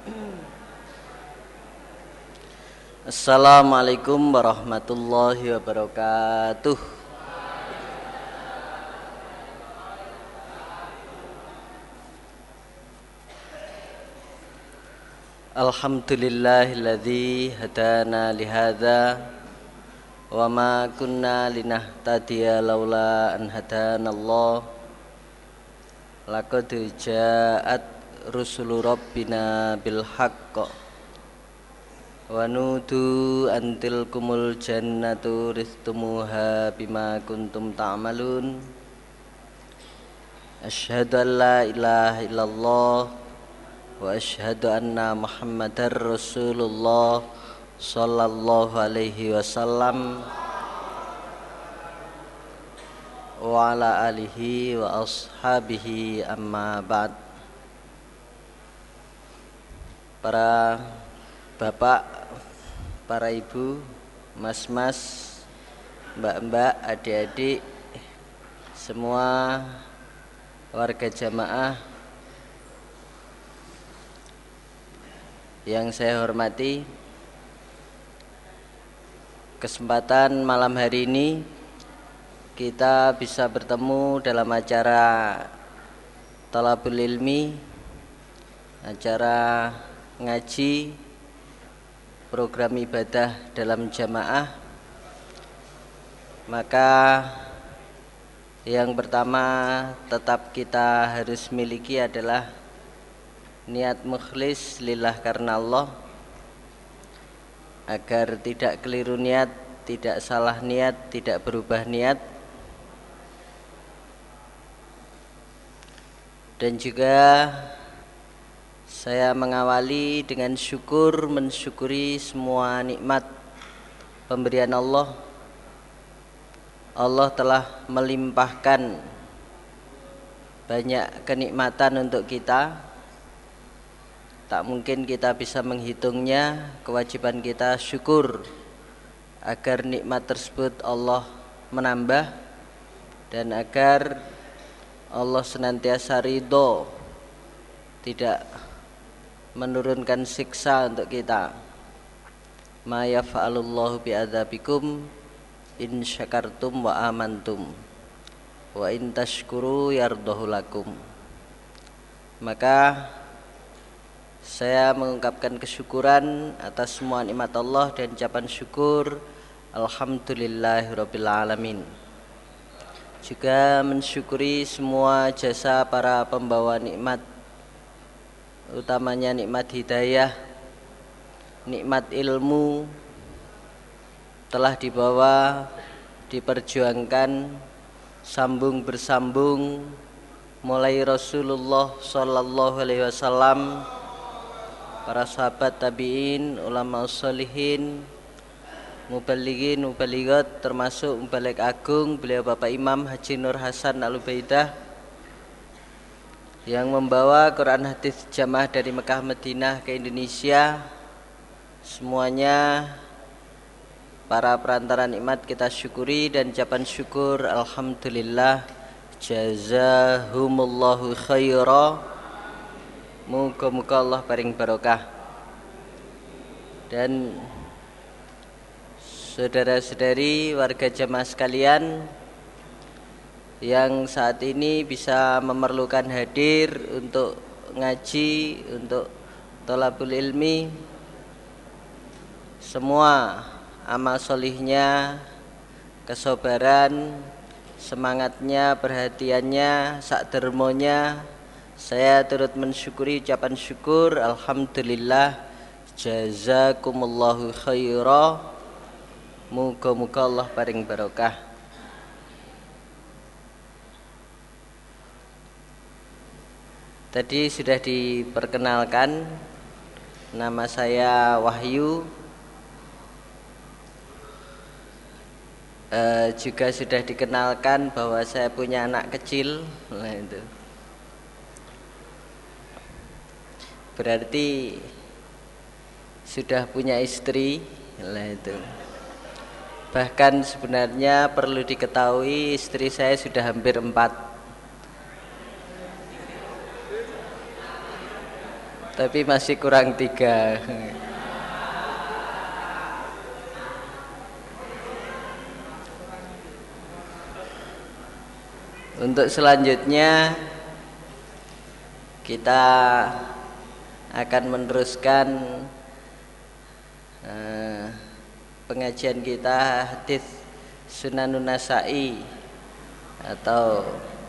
Assalamualaikum warahmatullahi wabarakatuh. Alhamdulillahilladzi hadana lihadza wa ma kunna linahtadiya laula an hadanallah. Laqad ja'at rusulu rabbina bil haqq wa nudu antil kumul jannatu ristumuha bima kuntum ta'malun. Asyhadu an la ilaha illallah wa asyhadu anna Muhammadar Rasulullah sallallahu alaihi wasallam wa ala alihi wa ashabihi amma ba'd. Para bapak, para ibu, mas-mas, mbak-mbak, adik-adik, semua warga jamaah yang saya hormati, kesempatan malam hari ini kita bisa bertemu dalam acara Thalabul Ilmi, acara ngaji, program ibadah dalam jamaah. Maka yang pertama tetap kita harus miliki adalah niat mukhlis lillah karena Allah, agar tidak keliru niat, tidak salah niat, tidak berubah niat. Dan juga saya mengawali dengan syukur, mensyukuri semua nikmat pemberian Allah. Allah telah melimpahkan banyak kenikmatan untuk kita. Tak mungkin kita bisa menghitungnya. Kewajiban kita syukur agar nikmat tersebut Allah menambah dan agar Allah senantiasa ridho, tidak menurunkan siksa untuk kita. Ma yafa'alullahu bi'adzabikum in syakartum wa amantum wa in tashkuru yardahu lakum. Maka saya mengungkapkan kesyukuran atas semua nikmat Allah dan ucapan syukur alhamdulillahirabbil alamin. Juga mensyukuri semua jasa para pembawa nikmat, utamanya nikmat hidayah, nikmat ilmu telah dibawa, diperjuangkan sambung bersambung mulai Rasulullah sallallahu alaihi wasallam, para sahabat tabi'in, ulama sholihin, mubalighin, mubaligat, termasuk mubalik agung beliau Bapak Imam Haji Nur Hasan Al-Ubaidah yang membawa Quran hadis jamaah dari Mekah Madinah ke Indonesia. Semuanya para perantara nikmat kita syukuri dan ucapan syukur alhamdulillah, jazahumullahu khaira. Muga-muga Allah paring barokah. Dan saudara-saudari warga jamaah sekalian yang saat ini bisa memerlukan hadir untuk ngaji, untuk thalabul ilmi, semua amal solihnya, kesabaran, semangatnya, perhatiannya, sakdermonya, saya turut mensyukuri ucapan syukur alhamdulillah, jazakumullahu khaira. Muga-muga Allah paring barokah. Tadi sudah diperkenalkan, nama saya Wahyu. Juga sudah dikenalkan bahwa saya punya anak kecil. Nah, itu berarti sudah punya istri. Nah, itu bahkan sebenarnya perlu diketahui istri saya sudah hampir 4. tapi masih kurang 3. Untuk selanjutnya kita akan meneruskan pengajian kita hadis Sunanun Nasa'i atau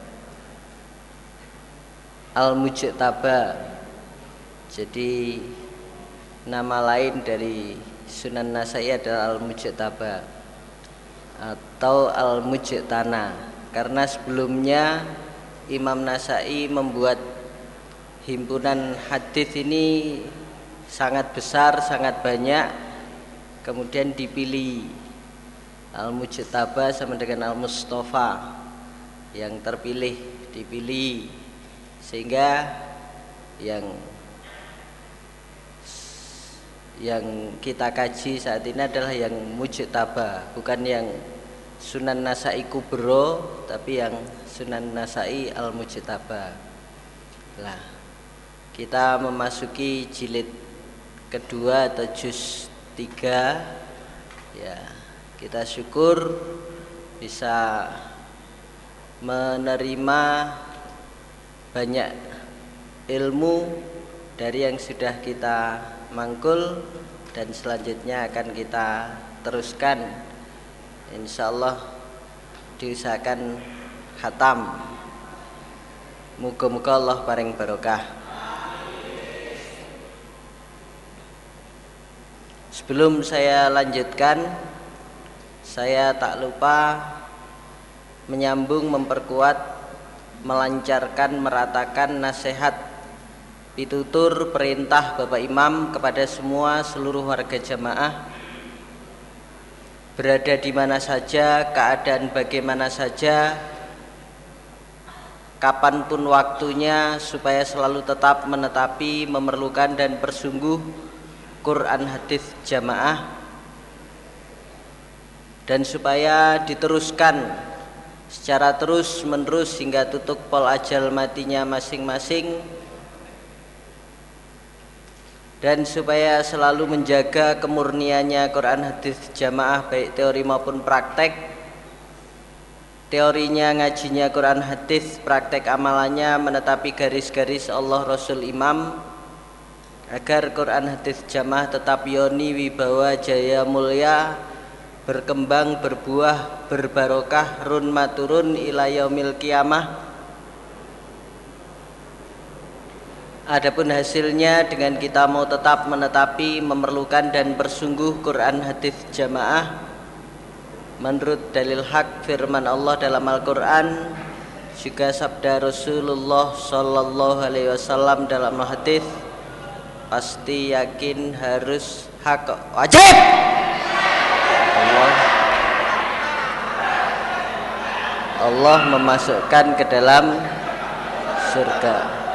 Al-Mujtaba. Jadi nama lain dari Sunan Nasa'i adalah Al-Mujtaba atau Al-Mujtana, karena sebelumnya Imam Nasa'i membuat himpunan hadis ini sangat besar, sangat banyak, kemudian dipilih Al-Mujtaba sama dengan Al-Mustafa, yang terpilih dipilih, sehingga yang kita kaji saat ini adalah yang Mujtaba, bukan yang Sunan Nasa'i Kubro, tapi yang Sunan Nasa'i Al-Mujtaba. Nah, kita memasuki jilid kedua atau juz 3. Ya, kita syukur bisa menerima banyak ilmu dari yang sudah kita mangkul, dan selanjutnya akan kita teruskan, insyaallah diusahakan khatam. Muga-muga Allah paring barokah. Sebelum saya lanjutkan, saya tak lupa menyambung, memperkuat, melancarkan, meratakan nasihat, pitutur, perintah Bapak Imam kepada semua seluruh warga jamaah, berada di mana saja, keadaan bagaimana saja, kapanpun waktunya, supaya selalu tetap menetapi, memerlukan dan bersungguh Quran hadis jamaah, dan supaya diteruskan secara terus menerus hingga tutup pol ajal matinya masing-masing, dan supaya selalu menjaga kemurniannya Quran hadis jamaah, baik teori maupun praktek. Teorinya ngajinya Quran hadis, praktek amalannya menetapi garis-garis Allah Rasul Imam, agar Quran hadis jamaah tetap yoni wibawa jaya mulia, berkembang, berbuah, berbarokah, run maturun ila yaumil qiyamah. Adapun hasilnya dengan kita mau tetap menetapi, memerlukan dan bersungguh Quran hadis jamaah menurut dalil hak firman Allah dalam Al-Quran, juga sabda Rasulullah Sallallahu Alaihi Wasallam dalam hadis, pasti yakin harus hak wajib. Allah memasukkan ke dalam surga.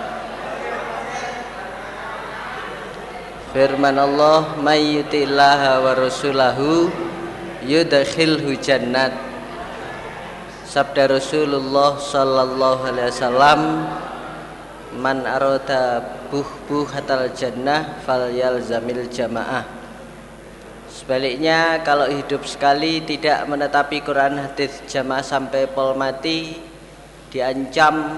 Firman Allah, may yuti'illaha wa rasulahu yudkhilhu jannat. Sabda Rasulullah sallallahu alaihi wasallam, man arada buhbuhatal jannah falyalzamil jamaah. Sebaliknya, kalau hidup sekali tidak menetapi Quran hadis jamaah sampai pol mati, diancam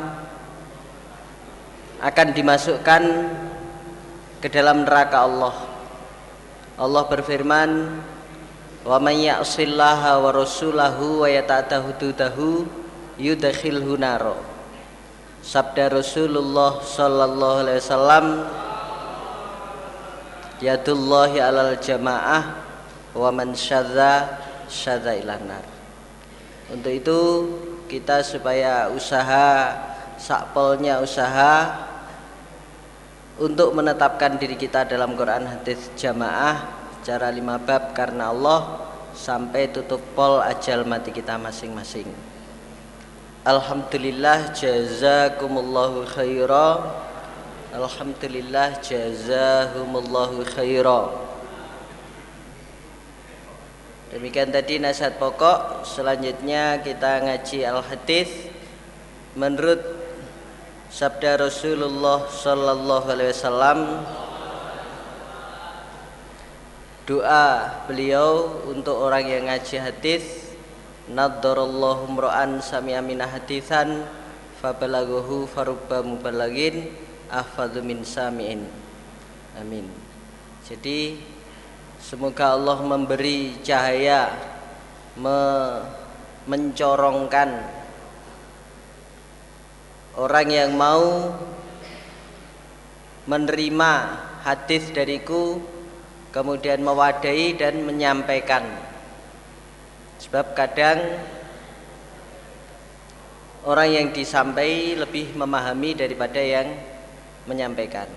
akan dimasukkan ke dalam neraka Allah. Allah berfirman, wa may ya'sillaha wa rasulahu wa yata'adda hududahu yudkhilhu naro. Sabda Rasulullah sallallahu alaihi wasallam, yadullahi alal jamaah wa man syadza syadza ilan nar. Untuk itu kita supaya usaha sakpolnya usaha untuk menetapkan diri kita dalam Quran hadis jamaah secara 5 bab karena Allah sampai tutup pol ajal mati kita masing-masing. Alhamdulillah jazakumullahu khaira. Alhamdulillah jazahumullahu khaira. Demikian tadi nasihat pokok. Selanjutnya kita ngaji al-hadis menurut Sabda Rasulullah sallallahu alaihi wasallam, doa beliau untuk orang yang ngaji hadis, naddarallahu mra'an sami'a min haditsan fabalaghahu farubba mubalaghin ahfadzu min sami'in. Amin. Jadi semoga Allah memberi cahaya, mencorongkan orang yang mau menerima hadis dariku, kemudian mewadahi dan menyampaikan. Sebab kadang orang yang disampaikan lebih memahami daripada yang menyampaikan.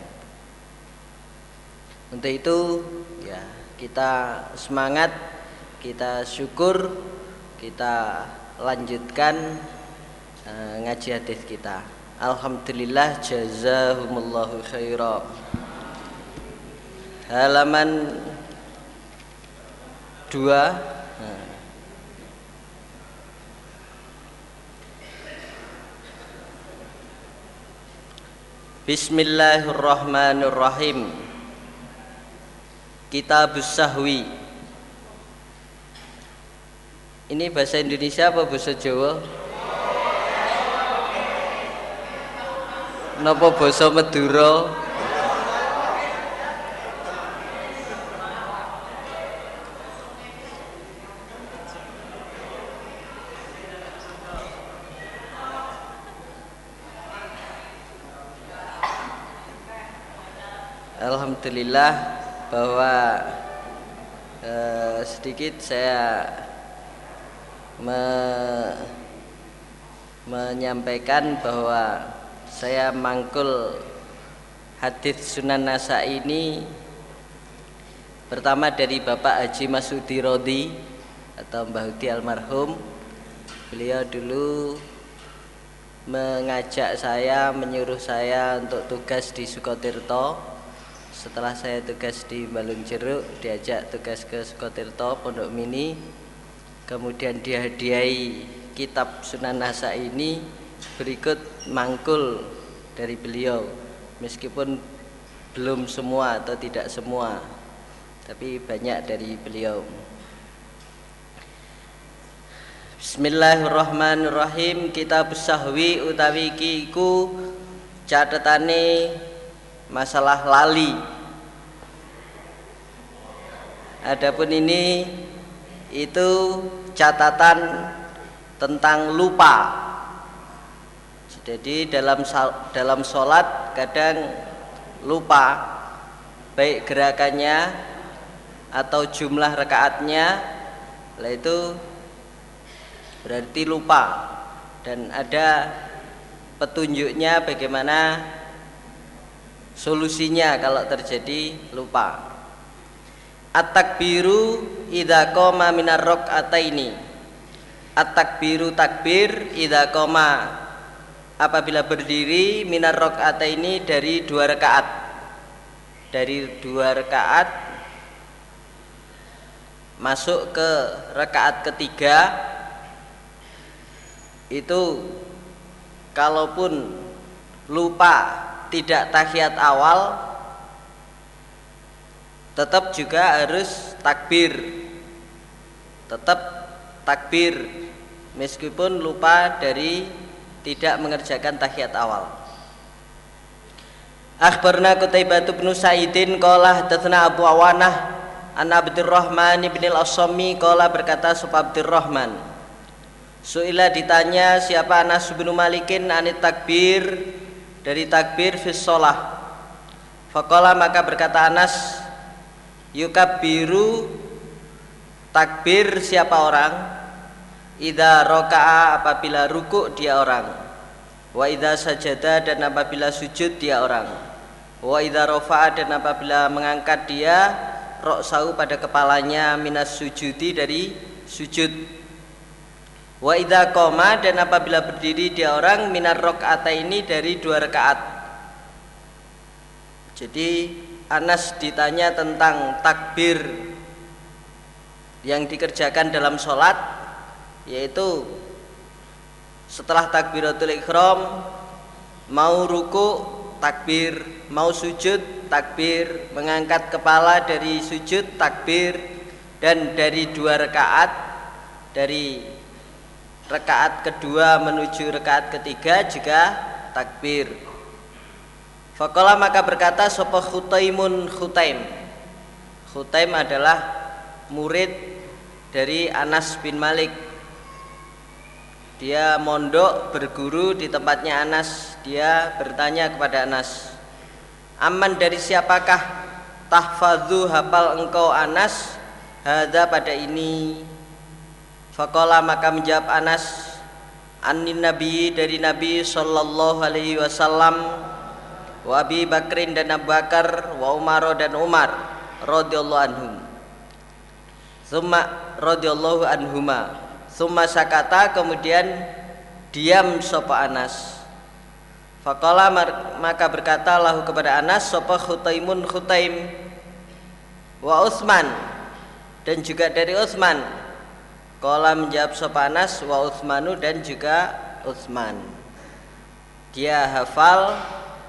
Untuk itu ya, kita semangat, kita syukur, kita lanjutkan ngaji hadis kita. Alhamdulillah, jazahumullahu khairan. Halaman 2. Bismillahirrahmanirrahim. Kitabus Sahwi. Ini bahasa Indonesia apa bahasa Jawa? Napa basa Madura? Alhamdulillah bahwa sedikit saya menyampaikan bahwa saya mangkul hadis Sunan Nasa'i ini pertama dari Bapak Haji Masudi Rodi atau Mbah Hudi almarhum. Beliau dulu mengajak saya, menyuruh saya untuk tugas di Sukotirto. Setelah saya tugas di Balung Jeruk, diajak tugas ke Sukotirto Pondok Mini. Kemudian dihadiahi kitab Sunan Nasa'i ini, berikut mangkul dari beliau, meskipun belum semua atau tidak semua, tapi banyak dari beliau. Bismillahirrahmanirrahim. Kitabus Sahwi utawi iki iku catetane masalah lali. Adapun ini itu catatan tentang lupa. Jadi dalam sholat kadang lupa, baik gerakannya atau jumlah rakaatnya, lah itu berarti lupa. Dan ada petunjuknya bagaimana solusinya kalau terjadi lupa. At-takbiru idza qama minar rak'ataini. At-takbiru takbir idza qama apabila berdiri minar rak'ataini dari 2 rakaat. Dari 2 rakaat masuk ke rakaat ketiga, itu kalaupun lupa tidak tahiyat awal, tetap juga harus takbir. Tetap takbir meskipun lupa dari tidak mengerjakan tahiyat awal. Akhbarna Qutaibah bin Sa'idin qala hadatsana Abu Awanah an Abdurrahman bin al-Asami qala berkata sapa Abdurrahman, Su'ila ditanya siapa Anas bin Malikin anit takbir, dari takbir fis shalah. Faqala maka berkata Anas, yukabbiru takbir siapa orang, idza raka'a apabila rukuk dia orang, wa idza sajada dan apabila sujud dia orang, wa idza rafa'a dan apabila mengangkat dia ra'sahu pada kepalanya minas sujudi dari sujud, wa idza qama dan apabila berdiri dia orang minar raka'ataini dari 2 rakaat. Jadi Anas ditanya tentang takbir yang dikerjakan dalam sholat, yaitu setelah takbiratul ihram mau ruku takbir, mau sujud takbir, mengangkat kepala dari sujud takbir, dan dari 2 rakaat, dari rakaat kedua menuju rakaat ketiga juga takbir. Faqala maka berkata sapa Khutaimun Khutaim. Khutaim adalah murid dari Anas bin Malik. Dia mondok berguru di tempatnya Anas. Dia bertanya kepada Anas, "Aman dari siapakah tahfadzu hafal engkau Anas hadza pada ini?" Faqala maka menjawab Anas, "Anin Nabi dari Nabi sallallahu alaihi wasallam, wa Abi Bakrin dan Abu Bakar, wa Umar dan Umar radhiyallahu anhum." Summa radhiyallahu anhuma. Summa sakata, kemudian diam sapa Anas. Faqala maka berkata lahu kepada Anas sapa Khutaimun Khutaim, wa Utsman, dan juga dari Utsman. Qala menjawab sapa Anas, wa Utsmanu, dan juga Utsman. Dia hafal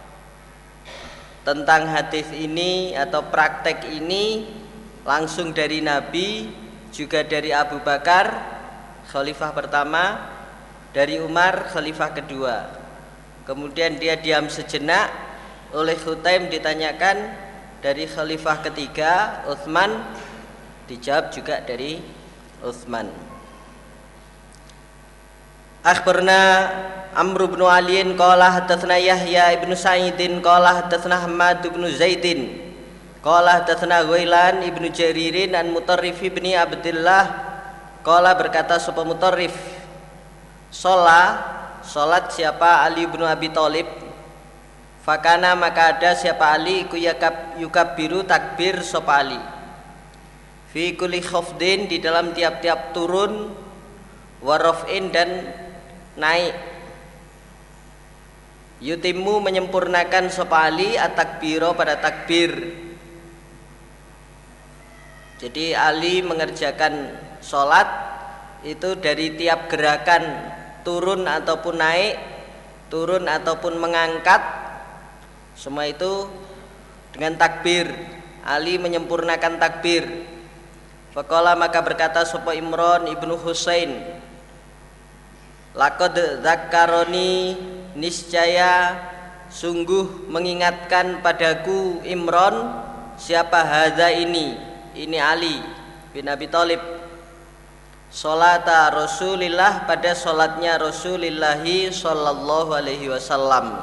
tentang hadis ini atau praktek ini langsung dari Nabi, juga dari Abu Bakar khalifah pertama, dari Umar khalifah kedua. Kemudian dia diam sejenak, oleh Khutaim ditanyakan dari khalifah ketiga Utsman, dijawab juga dari Utsman. Akhbarna Amr bin Aliin qala hadatsana Yahya ibnu Sa'idin qala hadatsana Hammad bin Zaidin qala hadatsana Ghailan ibnu Jaririn an Mutarrif bin Abdullah qala berkata sapa Mutarrif, salat siapa Ali bin Abi Thalib, fakana maka ada siapa Ali iku yukabbiru takbir sapa Ali fi kulli khafdin di dalam tiap-tiap turun, wa raf'in dan naik, yutimmu menyempurnakan sapa Ali at-takbiro pada takbir. Jadi Ali mengerjakan sholat itu dari tiap gerakan turun ataupun naik, turun ataupun mengangkat, semua itu dengan takbir. Ali menyempurnakan takbir. Faqala maka berkata sapa Imran ibnu Husain, laqad dzakkaroni, niscaya sungguh mengingatkan padaku Imran, siapa hadza ini Ali bin Abi Thalib, salata Rasulillah pada salatnya Rasulullah sallallahu alaihi wasallam.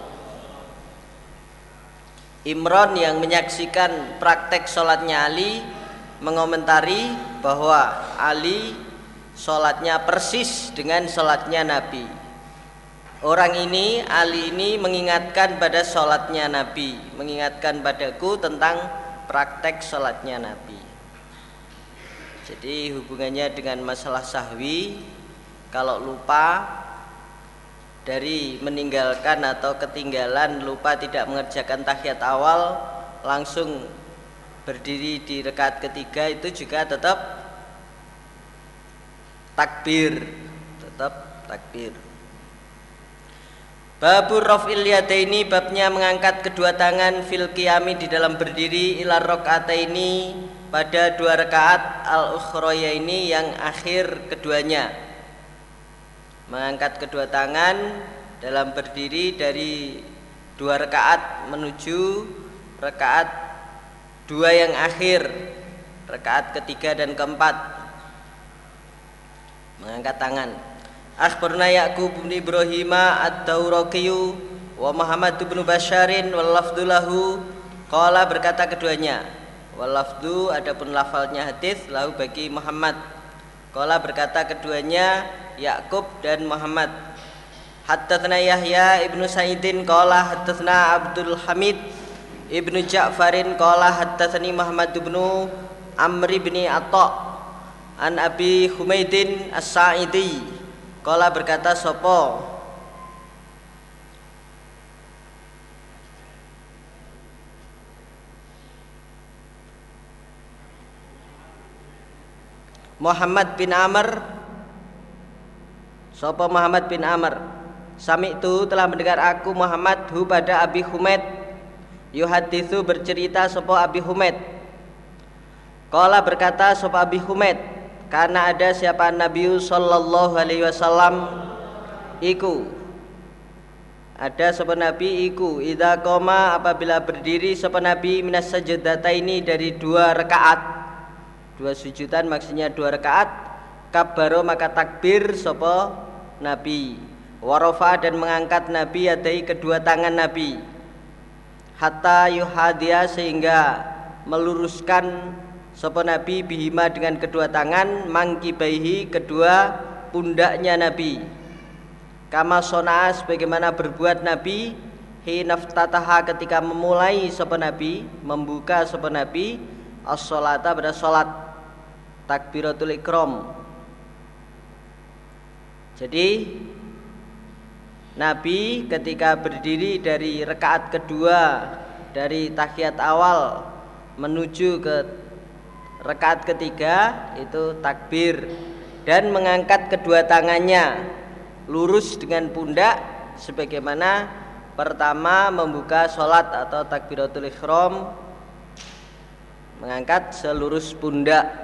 Imran yang menyaksikan praktek salatnya Ali mengomentari bahwa Ali salatnya persis dengan salatnya Nabi. Orang ini, Ali ini mengingatkan pada salatnya Nabi, mengingatkan padaku tentang praktek salatnya Nabi. Jadi hubungannya dengan masalah sahwi, kalau lupa dari meninggalkan atau ketinggalan, lupa tidak mengerjakan tahiyat awal, langsung berdiri di rakaat ketiga, itu juga tetap takbir, tetap takbir. Babur raf'il yadaini, babnya mengangkat kedua tangan fil qiyami di dalam berdiri, ila rakaataini pada 2 rakaat al-ukhrayaini yang akhir keduanya. Mengangkat kedua tangan dalam berdiri dari 2 rakaat menuju rakaat 2 yang akhir, rakaat ketiga dan keempat. Mengangkat tangan. Akhbarna Ya'qub bin Ibrahim ad-Dawraqi wa Muhammad bin Basharin wal lafdhu lahu, qala berkata keduanya, wal lafdhu adapun lafalnya hadis, lahu bagi Muhammad, qala berkata keduanya Ya'qub dan Muhammad. Haddatsana Yahya ibnu Sa'idin qala haddatsana Abdul Hamid ibnu Ja'farin qala haddatsani Muhammad bin Amr bin Atha an Abi Humaidin As-Sa'idi qala berkata sapa Muhammad bin Amr, sapa Muhammad bin Amr Sami'tu telah mendengar aku Muhammad hu pada Abi Humaid yuhaditsu bercerita sapa Abi Humaid. Qala berkata sapa Abi Humaid, karena ada siapa Nabi sallallahu alaihi wasallam iku ada sapa Nabi iku idza qoma apabila berdiri sapa Nabi minas sajdataini dari 2 rakaat, 2 sujudan maksudnya 2 rakaat, kabbaro maka takbir sapa Nabi, warafa dan mengangkat Nabi yadai kedua tangan Nabi, hatta yuhadiya sehingga meluruskan sapa Nabi bihima dengan kedua tangan, mangkibaihi kedua pundaknya Nabi, kama sona'a sebagaimana berbuat Nabi hinaftataha ketika memulai sapa Nabi, membuka sapa Nabi as-sholata pada salat takbiratul ikram. Jadi Nabi ketika berdiri dari rakaat kedua dari tahiyat awal menuju ke rakaat ketiga itu takbir dan mengangkat kedua tangannya lurus dengan pundak sebagaimana pertama membuka sholat atau takbiratul ihram, mengangkat selurus pundak.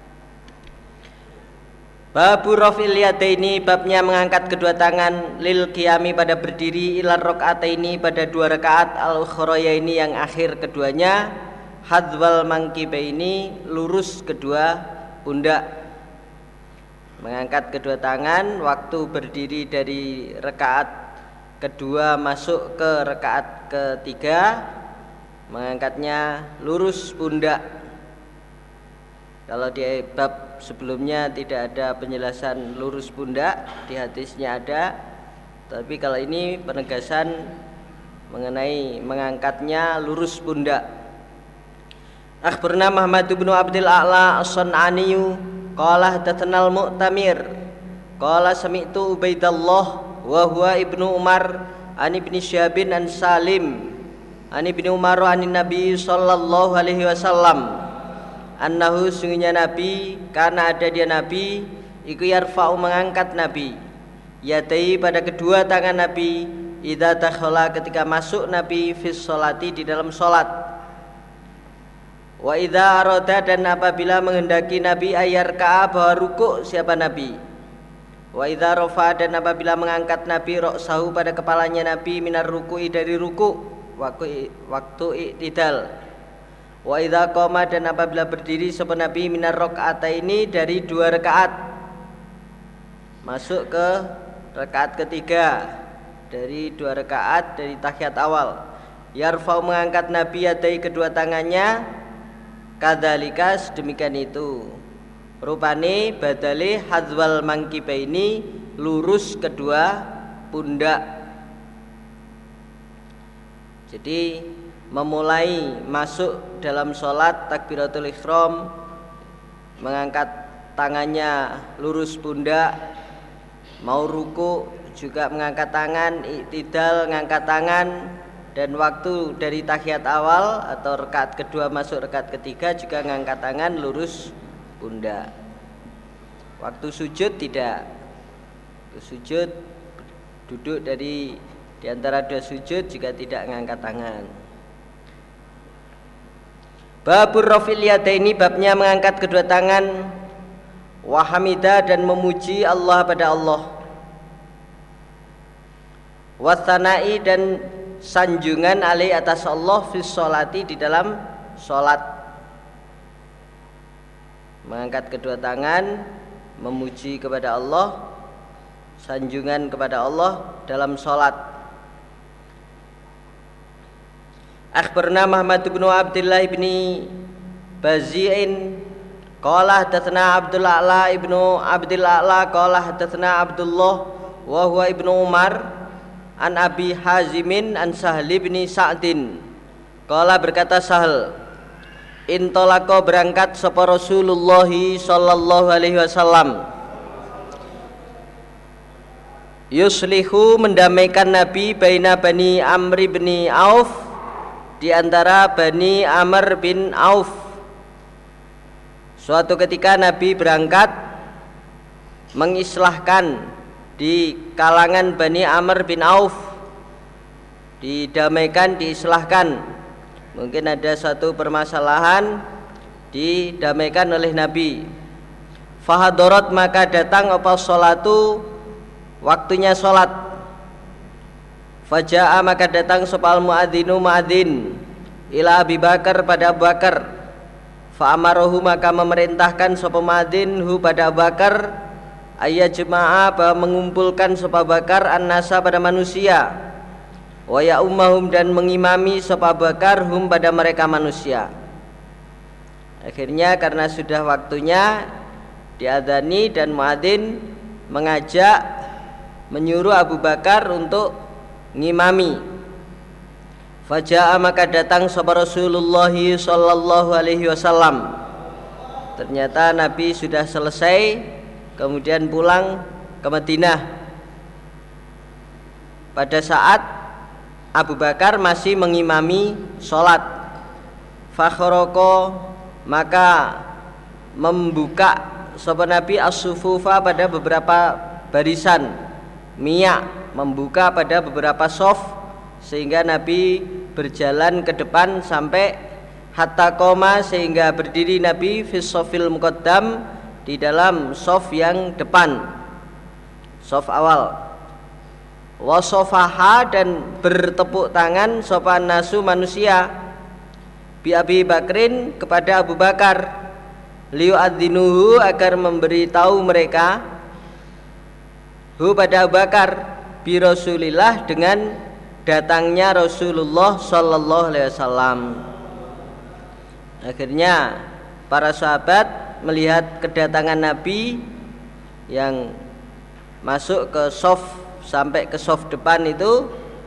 Babu rafil yadaini, babnya mengangkat kedua tangan, lil qiyami pada berdiri, ilar rakaataini pada 2 rakaat, al ukhrayaini yang akhir keduanya, hadwal mangkibaini lurus kedua pundak. Mengangkat kedua tangan waktu berdiri dari rakaat kedua masuk ke rakaat ketiga, mengangkatnya lurus pundak. Kalau di bab sebelumnya tidak ada penjelasan lurus pundak, di hadisnya ada. Tapi kalau ini penegasan mengenai mengangkatnya lurus pundak. Akhbarna Muhammad bin Abdul A'la As-San'ani qala hadatsana al-Mu'tamir qala sami'tu Ubaidallah wa huwa ibnu Umar an ibni Syabin an Salim an ibni Umar an Nabi sallallahu alaihi wasallam annahu sungguhnya Nabi, karena ada dia Nabi iku yarfa'u mengangkat Nabi yadai pada kedua tangan Nabi idza dakhala ketika masuk Nabi fis sholati di dalam salat, wa idza arada dan apabila menghendaki Nabi ayarka'a bahwa rukuk siapa Nabi, wa idza rafa dan apabila mengangkat Nabi ra'sahu pada kepalanya Nabi minar ruku'i dari rukuk waktu i'tidal, wa idza qama dan apabila berdiri sapa Nabi minar rakaataini dari 2 rakaat masuk ke rakaat ketiga dari 2 rakaat dari tahiyat awal, yarfa'u mengangkat Nabi yadai kedua tangannya, kadzalika demikian itu rupane badale hadzwal mangkibaini lurus kedua pundak. Jadi memulai masuk dalam sholat takbiratul ihram mengangkat tangannya lurus pundak, mau ruku juga mengangkat tangan, i'tidal mengangkat tangan, dan waktu dari tahiyat awal atau rakaat kedua masuk rakaat ketiga juga mengangkat tangan lurus pundak. Waktu sujud tidak, waktu sujud duduk dari di antara 2 sujud juga tidak mengangkat tangan. Babur rafil yadaini, babnya mengangkat kedua tangan, wa hamida dan memuji Allah pada Allah, wasana'i dan sanjungan alai atas Allah fis sholati di dalam sholat. Mengangkat kedua tangan, memuji kepada Allah, sanjungan kepada Allah dalam sholat. Akhbarna Muhammad bin Abdullah bin Bazi'in qala hadatsana Abdul A'la ibnu Abdul A'la qala hadatsana Abdullah wa huwa ibnu Umar an Abi Hazimin an Sahl bin Sa'din qala berkata Sahl, intolako berangkat sapa Rasulullah sallallahu alaihi wasallam yuslihu mendamaikan Nabi baina Bani Amr bin Auf, di antara Bani Amr bin Auf. Suatu ketika Nabi berangkat mengislahkan di di kalangan Bani Amr bin Auf, didamaikan, diislahkan. Mungkin ada satu permasalahan, didamaikan oleh Nabi. Fahadorot, maka datang apa sholatu, waktunya sholat. Faja'a, maka datang sopal muadzinu muadzin ila Abi Bakar, pada Abu Bakar. Fa'amarohu, maka memerintahkan sopa muadzin hu pada Abu Bakar, ayat jemaah, bahwa mengumpulkan sopa Abu Bakar an-nasa, pada manusia, wa ya ummahum, dan mengimami sopa Abu Bakar hum, pada mereka manusia. Akhirnya karena sudah waktunya diadzani, dan muadzin mengajak, menyuruh Abu Bakar untuk ngimami. Faja'a, maka datang sapa Rasulullah sallallahu alaihi wasallam. Ternyata Nabi sudah selesai, kemudian pulang ke Madinah. Pada saat Abu Bakar masih mengimami sholat. Fakhroko, maka membuka sapa Nabi as-sufufa, pada beberapa barisan, miyak, membuka pada beberapa sof, sehingga Nabi berjalan ke depan sampai hatta koma, sehingga berdiri Nabi fis sofil muqaddam, di dalam sof yang depan, sof awal. Wasofaha, dan bertepuk tangan sopan nasu, manusia, bi Abi Bakrin, kepada Abu Bakar, liu'adzinuhu, agar memberitahu mereka hu, pada Abu Bakar, bi Rasulillah, dengan datangnya Rasulullah sallallahu alaihi wasallam. Akhirnya para sahabat melihat kedatangan Nabi yang masuk ke sof, sampai ke sof depan itu.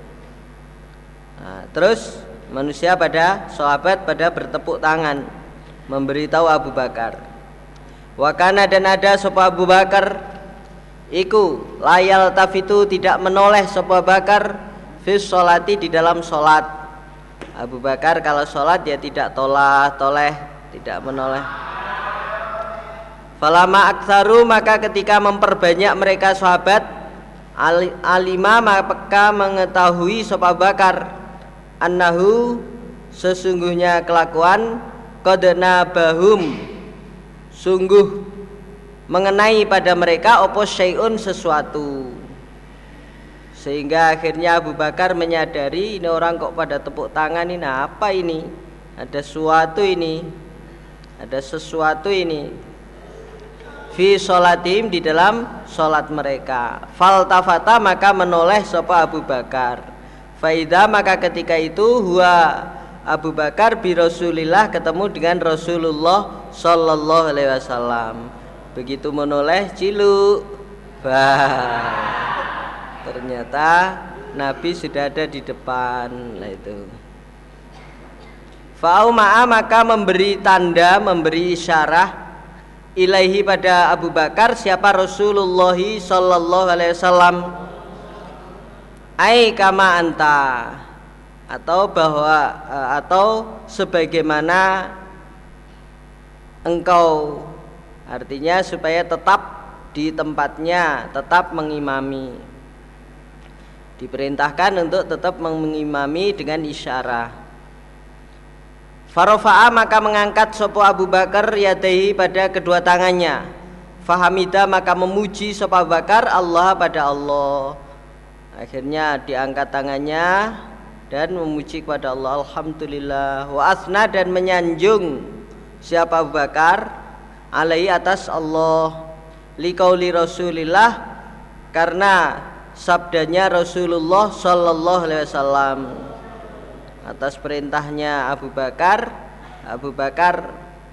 Nah, terus manusia, pada sahabat, pada bertepuk tangan memberitahu Abu Bakar. Wakana, dan ada sapa Abu Bakar iku layal tafitu, tidak menoleh sapa Bakar fis sholati, di dalam sholat. Abu Bakar kalau sholat dia tidak toleh, tidak menoleh. Falama aktsaru, maka ketika memperbanyak mereka sahabat, alima, maka mengetahui sapa Bakar, annahu, sesungguhnya kelakuan, qadna bahum, sungguh mengenai pada mereka, opo syai'un, sesuatu. Sehingga akhirnya Abu Bakar menyadari, ini orang kok pada tepuk tangan, ini apa ini? Ada sesuatu ini, ada sesuatu ini. Fi sholatim, di dalam sholat mereka. Faltafata, maka menoleh sapa Abu Bakar. Faida, maka ketika itu huwa Abu Bakar bi Rasulillah, ketemu dengan Rasulullah sallallahu alaihi wasallam. Begitu menoleh, ciluk, ternyata Nabi sudah ada di depan. Nah itu. Fa'uma'a, maka memberi tanda, memberi isyarah ilaihi, pada Abu Bakar, siapa? Rasulullah sallallahu alaihi wasallam. Ai kama anta, atau bahwa atau sebagaimana engkau, artinya supaya tetap di tempatnya, tetap mengimami. Diperintahkan untuk tetap mengimami dengan isyarah. Farofa'a, maka mengangkat sopo Abu Bakar yadaihi, pada kedua tangannya. Fahamida, maka memuji sopo Abu Bakar Allah, pada Allah. Akhirnya diangkat tangannya dan memuji kepada Allah, alhamdulillah. Wa asna, dan menyanjung siapa? Abu Bakar, alaihi, atas Allah, liqauli Rasulillah, karena sabdanya Rasulullah sallallahu alaihi wasallam. Atas perintahnya Abu Bakar, Abu Bakar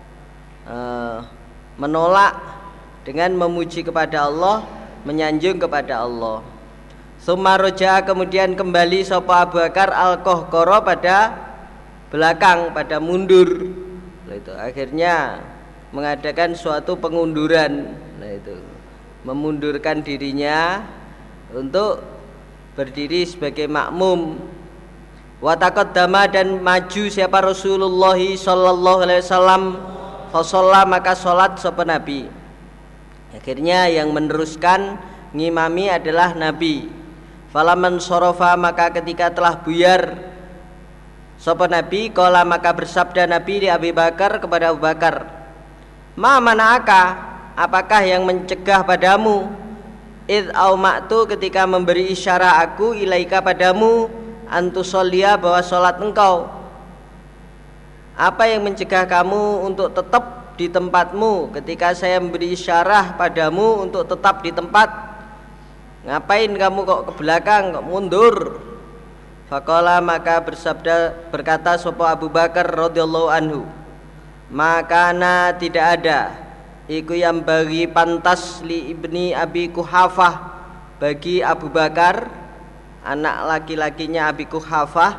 menolak dengan memuji kepada Allah, menyanjung kepada Allah. Summa roja, kemudian kembali sapa Abu Bakar al-Qahqara, pada belakang, pada mundur. Nah, itu akhirnya mengadakan suatu pengunduran. Nah, itu memundurkan dirinya untuk berdiri sebagai makmum. Wa taqaddama, dan maju siapa? Rasulullah sallallahu alaihi wasallam. Fa shalla, maka salat sapa Nabi. Akhirnya yang meneruskan ngimami adalah Nabi. Falaman sorofa, maka ketika telah buyar sapa Nabi, qala maka bersabda Nabi di Abi Bakar kepada Abu Bakar, ma mana'aka, apakah yang mencegah padamu, id auma'tu, ketika memberi isyarat aku, ilaika padamu, antusollia, bahwa sholat engkau. Apa yang mencegah kamu untuk tetap di tempatmu ketika saya memberi isyarat padamu untuk tetap di tempat? Ngapain kamu kok ke belakang, kok mundur? Faqala, maka berkata sapa Abu Bakar radhiyallahu anhu, makana tidak ada iku yang bagi pantas li ibni Abi Kuhafah, bagi Abu Bakar anak laki-lakinya Abi Kuhafah,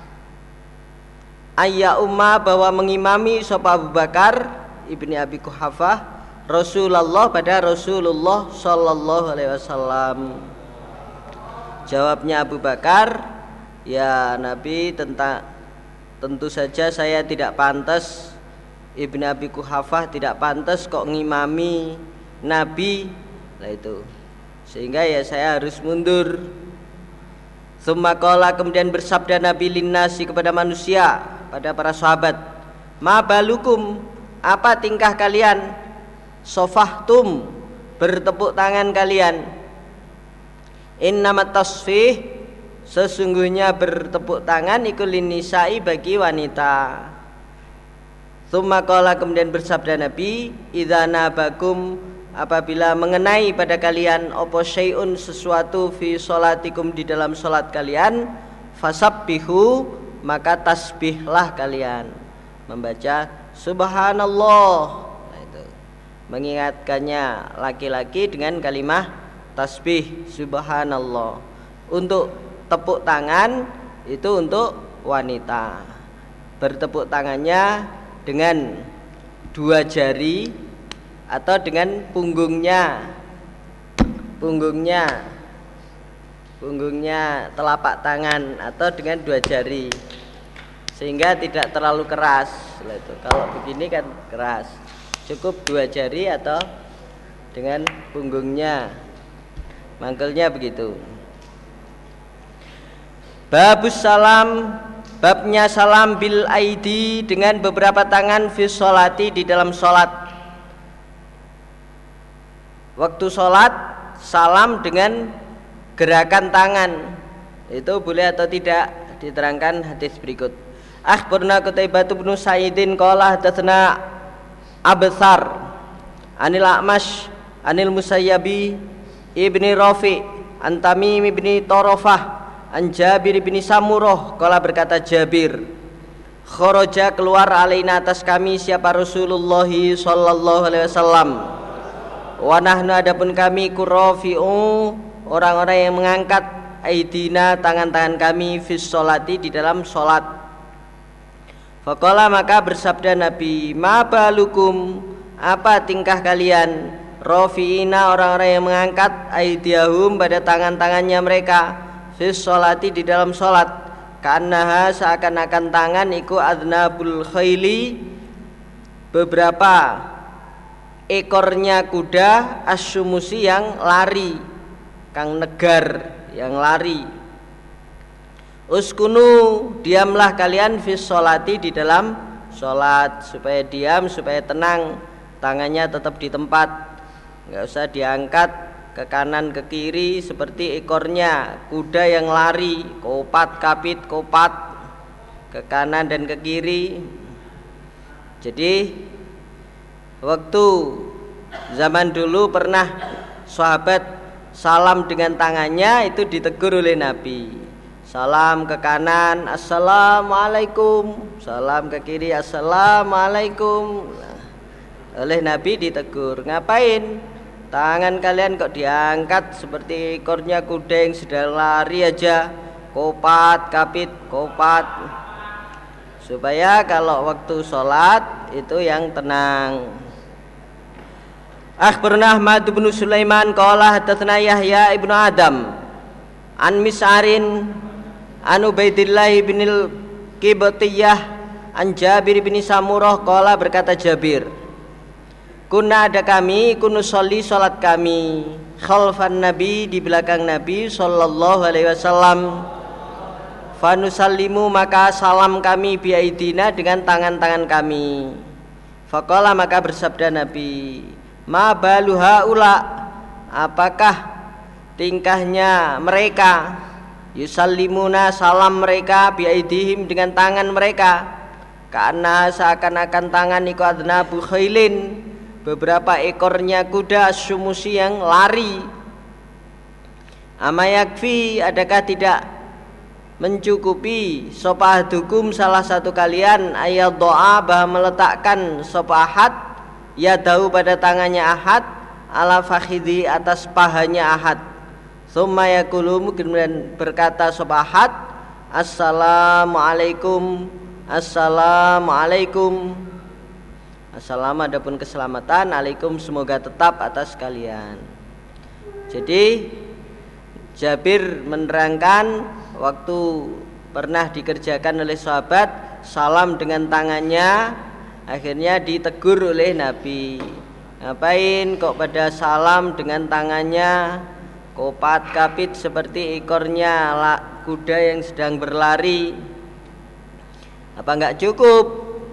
ayya umma, bahwa mengimami sapa Abu Bakar ibni Abi Kuhafah Rasulullah, pada Rasulullah sallallahu alaihi wasallam. Jawabnya Abu Bakar, ya Nabi, tentu saja saya tidak pantas, Ibnu Abi Kuhafah tidak pantas kok ngimami Nabi. Lah itu, sehingga ya saya harus mundur. Tsumma qala, kemudian bersabda Nabi linnasi, kepada manusia, pada para sahabat, ma balukum, apa tingkah kalian, sofahtum, bertepuk tangan kalian, innamat tasfih, sesungguhnya bertepuk tangan iku linnisa'i, bagi wanita. Tsumma qala, kemudian bersabda Nabi, idza nabakum, apabila mengenai pada kalian, apa syai'un, sesuatu, fi sholatikum, di dalam salat kalian, fasabbihu, maka tasbihlah kalian, membaca subhanallah. Mengingatkannya laki-laki dengan kalimah tasbih subhanallah. Untuk tepuk tangan itu untuk wanita, bertepuk tangannya dengan 2 jari atau dengan punggungnya telapak tangan, atau dengan 2 jari, sehingga tidak terlalu keras. Kalau begini kan keras, cukup 2 jari atau dengan punggungnya, mangkelnya begitu. Babus salam, babnya salam bil aidi, dengan beberapa tangan, fi sholati, di dalam sholat. Waktu sholat salam dengan gerakan tangan, itu boleh atau tidak? Diterangkan hadis berikut. Akhbarna Qutaibah bin Sa'idin qala hadatsana Absar anil A'mash anil Musayyabi ibni Rafi an Tamim ibni Tarafah an Jabir ibni Samurah, qala berkata Jabir, kharaja, keluar, alaina, atas kami, siapa, Rasulullah sallallahu alaihi wasallam, wa nahnu, adapun kami, kurafi'u, orang-orang yang mengangkat, aidina, tangan-tangan kami, fis sholati, di dalam sholat. Faqala, maka bersabda Nabi, ma balukum, apa tingkah kalian, rafi'ina, orang-orang yang mengangkat, aidiyahum, pada tangan-tangannya mereka, fis sholati, di dalam sholat, kanaha, seakan-akan tangan iku adnabul khayli, beberapa ekornya kuda, asyumusi, yang lari, kang negar, yang lari. Uskunu, diamlah kalian, fis sholati, di dalam sholat, supaya diam, supaya tenang, tangannya tetap di tempat, nggak usah diangkat ke kanan ke kiri seperti ekornya kuda yang lari, kopat kapit kopat ke kanan dan ke kiri. Jadi waktu zaman dulu pernah sahabat salam dengan tangannya, itu ditegur oleh Nabi. Salam ke kanan, assalamualaikum. Salam ke kiri, assalamualaikum. Oleh Nabi ditegur, ngapain tangan kalian kok diangkat seperti ekornya kuda yang sedang lari aja, kopat kapit kopat, supaya kalau waktu sholat itu yang tenang. Akhbarana Ahmad bin Sulaiman qala hadatsana Yahya ibnu Adam an Mis'arin an Ubaidillah bin al-Qibtiyah an Jabir bin Samurah qala berkata Jabir, Kuna ada kami, kunusoli sholat kami, khalfan Nabi di belakang Nabi sallallahu alaihi wasallam. Fanusallimu maka salam kami biaidina dengan tangan-tangan kami. Faqala maka bersabda Nabi, ma balu haula, apakah tingkahnya mereka, yusallimuna salam mereka biaidihim dengan tangan mereka, karena seakan-akan tangan iku adnabu khailin, beberapa ekornya kuda syumusi yang lari. Amayakfi, adakah tidak mencukupi sopahadukum salah satu kalian ayat doa bahwa meletakkan sopahat ya dahu pada tangannya ahad ala fakhidhi atas pahanya ahad. Summa yaqulu, kemudian berkata sopahat, assalamualaikum, assalamualaikum. Assalamu adapun keselamatan, alaikum semoga tetap atas kalian. Jadi Jabir menerangkan waktu pernah dikerjakan oleh sahabat salam dengan tangannya, akhirnya ditegur oleh Nabi, ngapain kok pada salam dengan tangannya, kopat kapit seperti ekornya kuda yang sedang berlari. Apa enggak cukup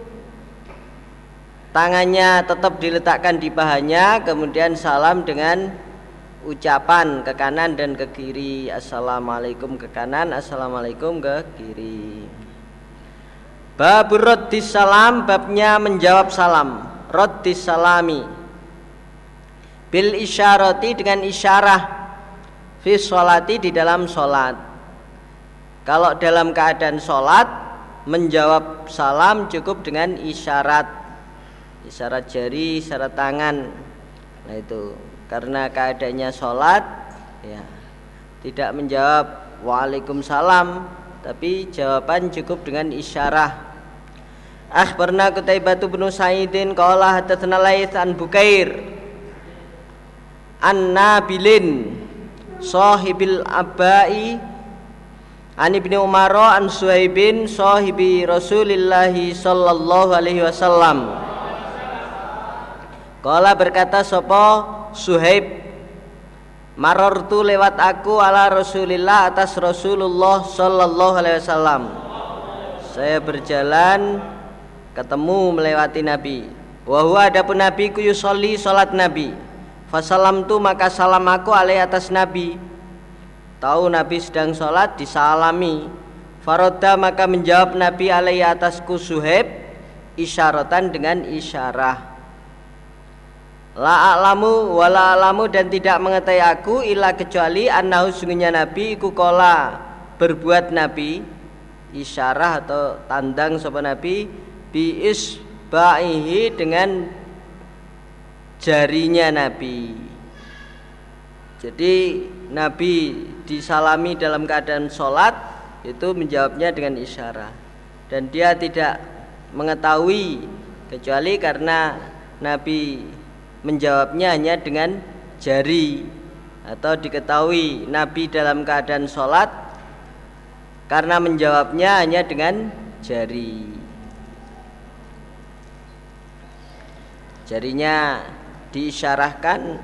tangannya tetap diletakkan di pahanya, kemudian salam dengan ucapan ke kanan dan ke kiri, assalamualaikum ke kanan, assalamualaikum ke kiri. Babur raddis salam, babnya menjawab salam, raddis salami bil isyarati dengan isyarah, fi sholati di dalam sholat. Kalau dalam keadaan sholat menjawab salam cukup dengan isyarat, isyarat jari, isyarat tangan. Nah itu karena keadaannya sholat, ya tidak menjawab waalaikumsalam, tapi jawaban cukup dengan isyarah. Akhbarna Qutaibah bin Sa'idin qala hadatsana Laits an Bukair an Nabilin sahibil abai an Ibnu Umar an Suhaibin sahibi Rasulillahi sallallahu alaihi wasallam. Qala berkata sapa Suhaib, marartu lewat aku ala Rasulillah atas Rasulullah sallallahu alaihi wasallam. Saya berjalan ketemu melewati Nabi. Wa huwa adapun Nabi ku yusolli salat Nabi. Fasalamtu maka salam aku alaihi atas Nabi. Tahu Nabi sedang salat disalami. Farodda maka menjawab Nabi alaihi atasku Suhaib isyaratan dengan isyarah. La a'lamu wa la a'lamu dan tidak mengetahui aku illa kecuali annahu sungguhnya Nabi iku kola berbuat Nabi isyarah atau tandang sapa Nabi bi isba'ihi dengan jarinya Nabi. Jadi Nabi disalami dalam keadaan sholat itu menjawabnya dengan isyarah, dan dia tidak mengetahui kecuali karena Nabi menjawabnya hanya dengan jari, atau diketahui Nabi dalam keadaan sholat karena menjawabnya hanya dengan jari. Jarinya diisyarahkan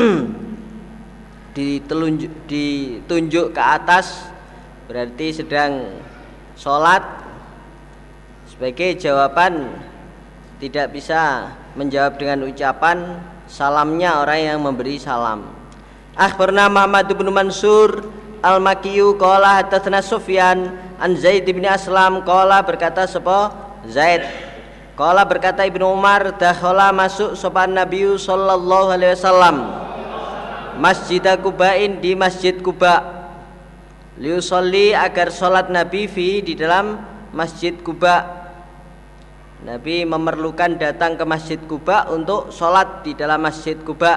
ditunjuk ke atas, berarti sedang sholat, sebagai jawaban tidak bisa menjawab dengan ucapan salamnya orang yang memberi salam. Akhbarna Muhammad bin Mansur Al-Makiyyu qala hadatsana Sufyan an Zaid bin Aslam qala berkata sapa Zaid qala berkata Ibnu Umar dakhala masuk sopan Nabi sallallahu alaihi wasallam Masjid Quba'in di Masjid Quba liusolli agar sholat Nabi fi di dalam Masjid Quba. Nabi memerlukan datang ke Masjid Quba untuk sholat di dalam Masjid Quba.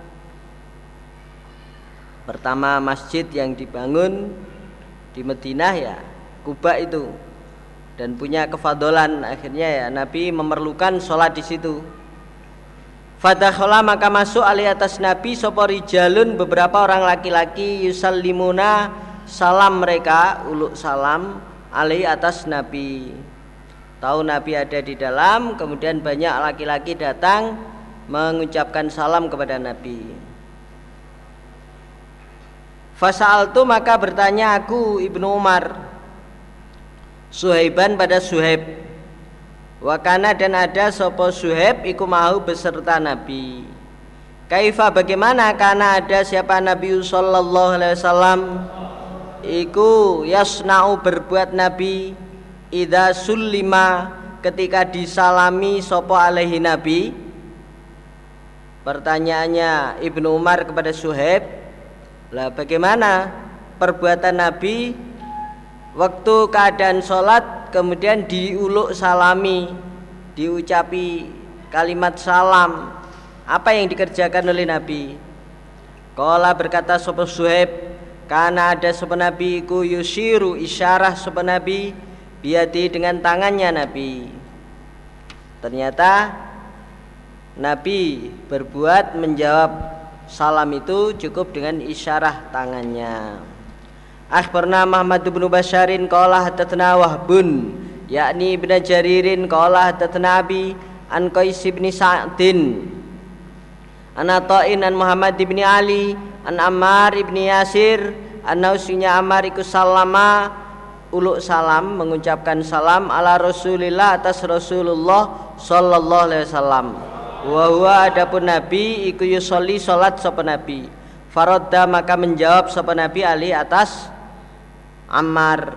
Pertama masjid yang dibangun di Madinah ya Quba itu, dan punya kefadolan, akhirnya ya Nabi memerlukan sholat di situ. Fadakhala maka masuk alih atas Nabi sapa rijalun beberapa orang laki-laki yusallimuna salam mereka uluk salam alih atas Nabi. Tahu Nabi ada di dalam, kemudian banyak laki-laki datang mengucapkan salam kepada Nabi. Fasa'altu maka bertanya aku Ibnu Umar Suhaiban pada Suhaib. Wakana dan ada sopo Suhaib iku mau beserta Nabi. Kaifa bagaimana karena ada siapa Nabi sallallahu alaihi wasallam iku yasna'u berbuat Nabi idza sullima ketika disalami sopo alaihi Nabi. Pertanyaannya Ibnu Umar kepada Suhaib, lah bagaimana perbuatan Nabi waktu keadaan sholat kemudian diuluk salami, diucapi kalimat salam, apa yang dikerjakan oleh Nabi? Qala berkata sapa Suhaib, karena ada sapa Nabi iku yushiru isyarah sapa Nabi biati dengan tangannya Nabi. Ternyata Nabi berbuat menjawab salam itu cukup dengan isyarah tangannya. Akhbarna Muhammad bin Basharin qala hadatsana Wahbun yakni bin Jaririn qala hadatsana Abi an Qais bin Sa'din an Ata'in an Muhammad bin Ali an Ammar bin Yasir annausinya Ammar iku salama uluk salam mengucapkan salam ala Rasulillah atas Rasulullah sallallahu alaihi wasallam. Wa huwa adapun Nabi iku yusolli salat sapa Nabi. Faradda maka menjawab sapa Nabi ali atas Ammar.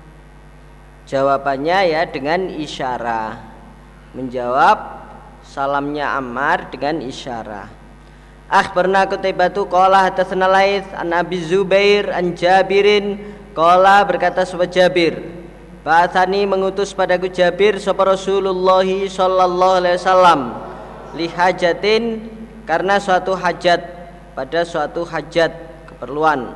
Jawabannya ya dengan isyarah. Menjawab salamnya Ammar dengan isyarah. Akhbarna Qutaibatu qala hadatsana Laits an Abi Zubair an Jabirin qala berkata sapa Jabir, ba'atsani mengutus padaku Jabir sapa Rasulullah sallallahu alaihi wasallam lihajatin karena suatu hajat, pada suatu hajat keperluan.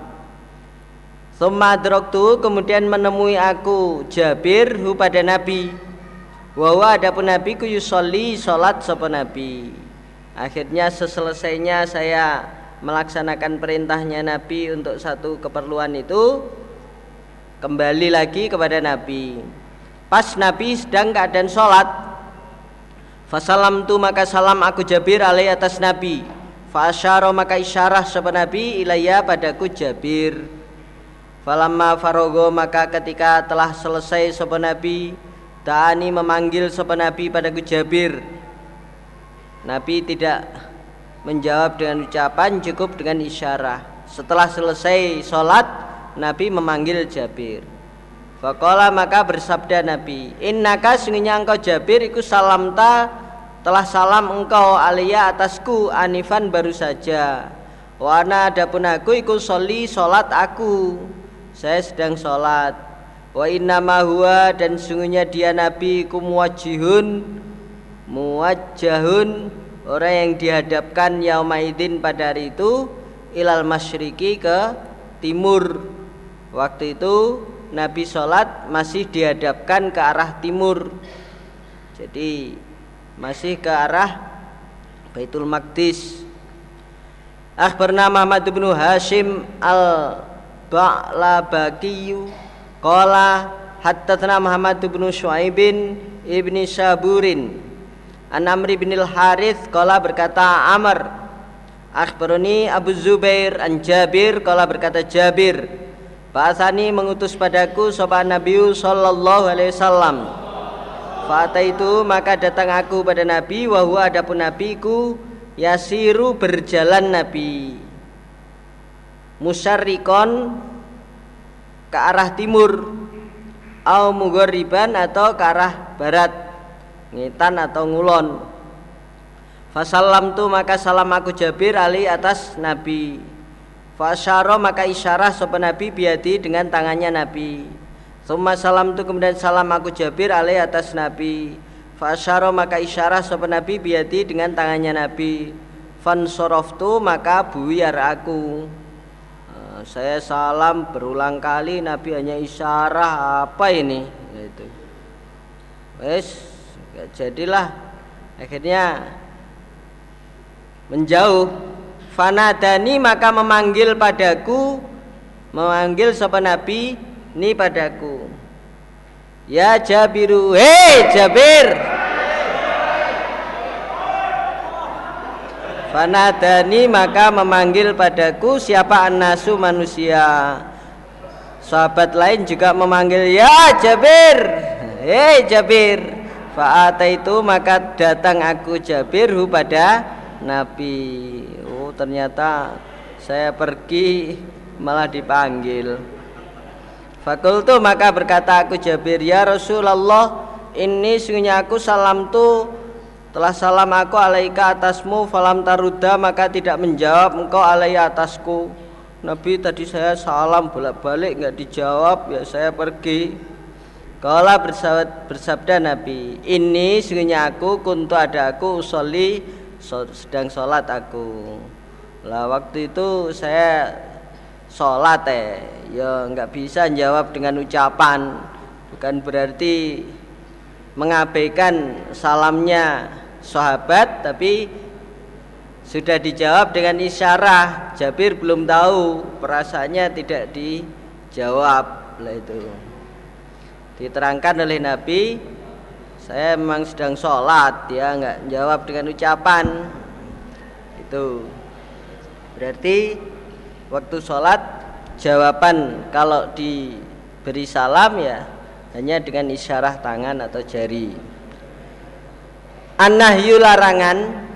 Tsumma adraktu kemudian menemui aku Jabir hu pada Nabi. Wa huwa adapun Nabi ku yusolli salat sapa Nabi. Akhirnya seselesainya saya melaksanakan perintahnya Nabi untuk satu keperluan itu, kembali lagi kepada Nabi. Pas Nabi sedang keadaan salat, fasalam tu maka salam aku Jabir alaihi atas Nabi. Fa asyara maka isyarah sapa Nabi ilayya padaku Jabir. Falamma farogo maka ketika telah selesai sapa Nabi, ta'ani memanggil sapa Nabi padaku Jabir. Nabi tidak menjawab dengan ucapan, cukup dengan isyarah. Setelah selesai sholat, Nabi memanggil Jabir. Faqala maka bersabda Nabi, innaka sungguhnya engkau Jabir iku salamta telah salam engkau aliyah atasku anifan baru saja. Wa ana adapun aku iku sholli salat aku, saya sedang salat. Wa innama huwa dan sungguhnya dia Nabi iku muwajjihun orang yang dihadapkan yaumaidin pada hari itu ilal masyriqi ke timur. Waktu itu Nabi sholat masih dihadapkan ke arah timur, jadi masih ke arah Baitul Maqdis. Akhbarna Muhammad bin Hashim al-Ba'labaki qala haddatsana Muhammad bin Syuaibin ibni Syaburin an Amr bin al-Harith qala berkata Amr, akhbarani Abu Zubair an Jabir qala berkata Jabir, ba'atsani mengutus padaku sapa Nabi sallallahu alaihi wasallam. Fa'ata itu maka datang aku pada Nabi, wa huwa adapun nabiku yasiru berjalan Nabi musyarriqon ke arah timur, au mughriban atau ke arah barat, ngetan atau ngulon. Fasallam tu maka salam aku Jabir ali atas Nabi. Fasyara maka isyarah sapa Nabi biadi dengan tangannya Nabi. Tsumma salam tu kemudian salam aku Jabir ali atas Nabi. Fasyara maka isyarah sapa Nabi biadi dengan tangannya Nabi. Fansoroftu maka buyar aku. Saya salam berulang kali, Nabi hanya isyarah, apa ini? Gitu. Wes, jadilah akhirnya menjauh. Fanadani maka memanggil padaku, memanggil sapa Nabi ni padaku. Ya Jabiru, hei Jabir. Fanadani maka memanggil padaku siapa annasu manusia. Sahabat lain juga memanggil ya Jabir, hei Jabir. Fa'ataitu maka datang aku Jabir pada Nabi. Oh ternyata saya pergi malah dipanggil. Fakultu maka berkata aku Jabir, ya Rasulullah, ini sungguhnya aku salam tu telah salam aku alaika atasmu, falam taruda maka tidak menjawab engkau alaiya atasku. Nabi tadi saya salam bolak-balik enggak dijawab, ya saya pergi. Kala bersabda Nabi, ini sungguhnya aku kuntu ada aku usolli sedang sholat aku. Lah waktu itu saya sholat ya enggak bisa jawab dengan ucapan, bukan berarti mengabaikan salamnya sahabat, tapi sudah dijawab dengan isyarah. Jabir belum tahu, perasaannya tidak dijawab. Lah itu diterangkan oleh Nabi, saya memang sedang sholat, dia enggak jawab dengan ucapan. Itu berarti waktu sholat jawaban kalau diberi salam ya hanya dengan isyarah tangan atau jari. An-nahyu larangan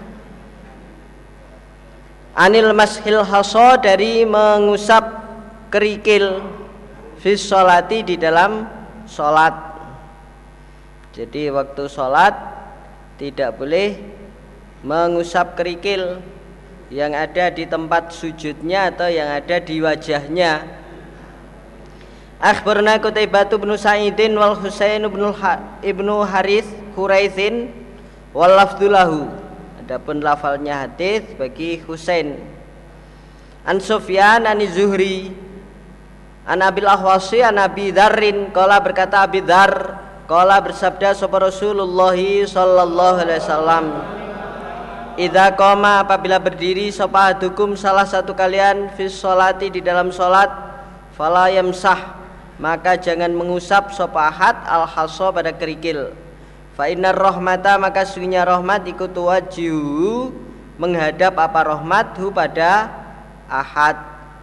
anil mashil haso dari mengusap kerikil fis sholati di dalam sholat. Jadi waktu sholat tidak boleh mengusap kerikil yang ada di tempat sujudnya atau yang ada di wajahnya. Akhbarna Qutaibah bin Sa'idin wal Husain ibnu Harits Quraitsin wal lafdulahu. Adapun lafalnya hadis bagi Husain. An Sufyan an Zuhri an Abil Ahwasi an Abi Dzarrin qala berkata Abi Dzar qala bersabda sapa Rasulullah sallallahu alaihi wasallam, idza qama apabila berdiri sapa ahadukum salah satu kalian fis sholati di dalam salat, fala yamsah maka jangan mengusap sapa ahad al hasa pada kerikil. Fa innar rahmata maka sungguhnya rahmat ikut wajhu menghadap apa rahmat hu pada ahad.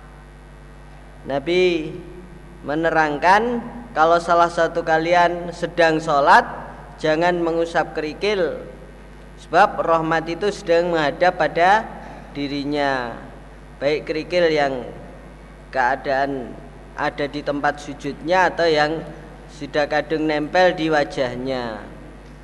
Nabi menerangkan kalau salah satu kalian sedang sholat jangan mengusap kerikil, sebab rahmat itu sedang menghadap pada dirinya, baik kerikil yang keadaan ada di tempat sujudnya atau yang sudah kadung nempel di wajahnya.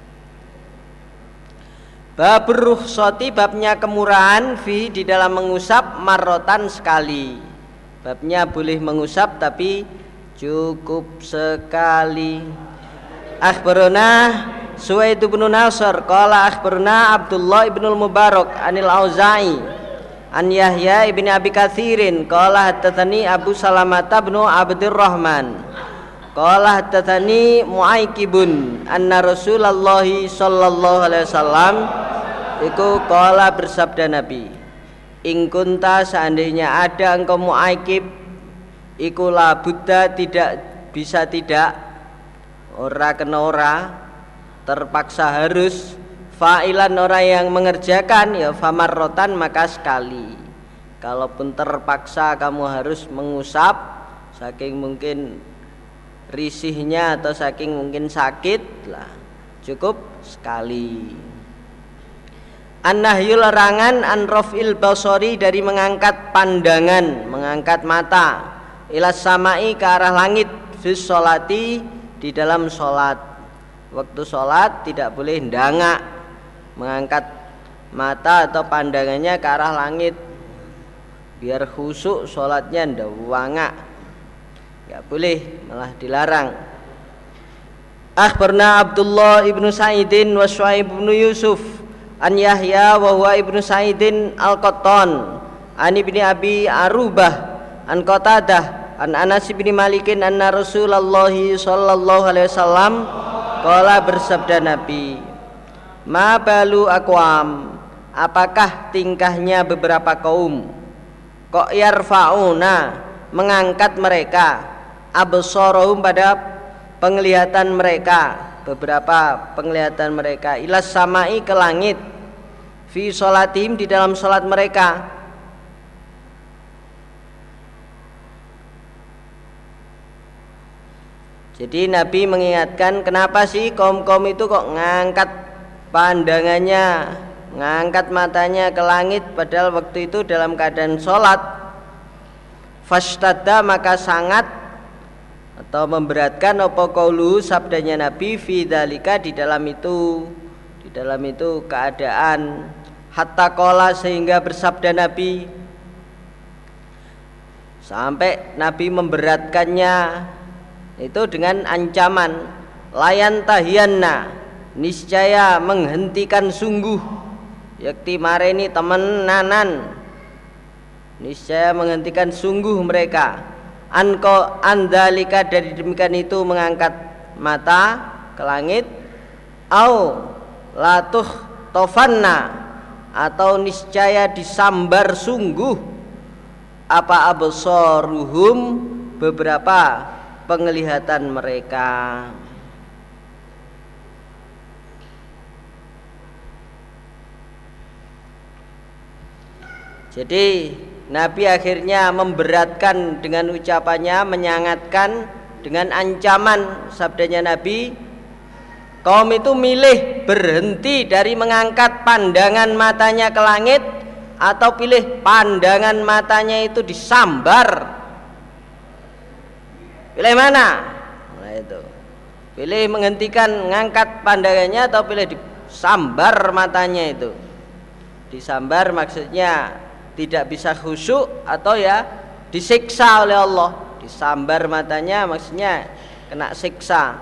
Babur rukhsati babnya kemurahan fi di dalam mengusap marrotan sekali. Babnya boleh mengusap tapi cukup sekali. Akhbarana Suwaid bin Nasr qala akhbarana Abdullah ibn al-Mubarak anil Auza'i an Yahya ibn Abi Katsirin qala haddatsani Abu Salamah bin Abdurrahman qala haddatsani Mu'aikibun anna Rasulullah sallallahu alaihi wasallam iku qala bersabda Nabi, in kunta seandainya ada engkau Mu'aikib iku la buddha tidak bisa tidak, ora kena ora, terpaksa harus, fa'ilan orang yang mengerjakan ya famarrotan maka sekali. Kalaupun terpaksa kamu harus mengusap saking mungkin risihnya atau saking mungkin sakit lah, cukup sekali. An-nahyu larangan an raf'il basari dari mengangkat pandangan, mengangkat mata ilas samai ke arah langit fis sholati di dalam sholat. Waktu sholat tidak boleh ndangak, mengangkat mata atau pandangannya ke arah langit biar khusyuk sholatnya ndawangak, nggak boleh, malah dilarang. Akhbarna Abdullah ibnu Sa'idin wa Shu'aib ibnu Yusuf an Yahya wa huwa ibnu Sa'idin al-Qattan an ibni Abi Arubah an Qatadah an Anas bin Malikin anna Rasulullah sallallahu alaihi wasallam qala bersabda Nabi, ma balu aqwam apakah tingkahnya beberapa kaum kok yarfauna mengangkat mereka absarahum pada penglihatan mereka, beberapa penglihatan mereka ilas samai ke langit fi sholatihim, di dalam sholat mereka. Jadi Nabi mengingatkan, kenapa sih kaum-kaum itu kok ngangkat pandangannya, ngangkat matanya ke langit, padahal waktu itu dalam keadaan sholat. Fashtadda, maka sangat atau memberatkan apa qaulu, sabdanya Nabi, fi dzalika, di dalam itu keadaan, hatta qala, sehingga bersabda Nabi, sampai Nabi memberatkannya itu dengan ancaman, layan tahiyanna, niscaya menghentikan sungguh, yakti mareni temenanan, niscaya menghentikan sungguh mereka, andalika, dari demikian itu mengangkat mata ke langit, au latuh tofanna, atau niscaya disambar sungguh, apa absaruhum, beberapa penglihatan mereka. Jadi Nabi akhirnya memberatkan dengan ucapannya, menyangatkan dengan ancaman, sabdanya Nabi, kaum itu milih berhenti dari mengangkat pandangan matanya ke langit, atau pilih pandangan matanya itu disambar. Pilih mana? Nah itu, pilih menghentikan ngangkat pandangannya atau pilih disambar matanya itu. Disambar maksudnya tidak bisa khusyuk atau ya disiksa oleh Allah. Disambar matanya maksudnya kena siksa.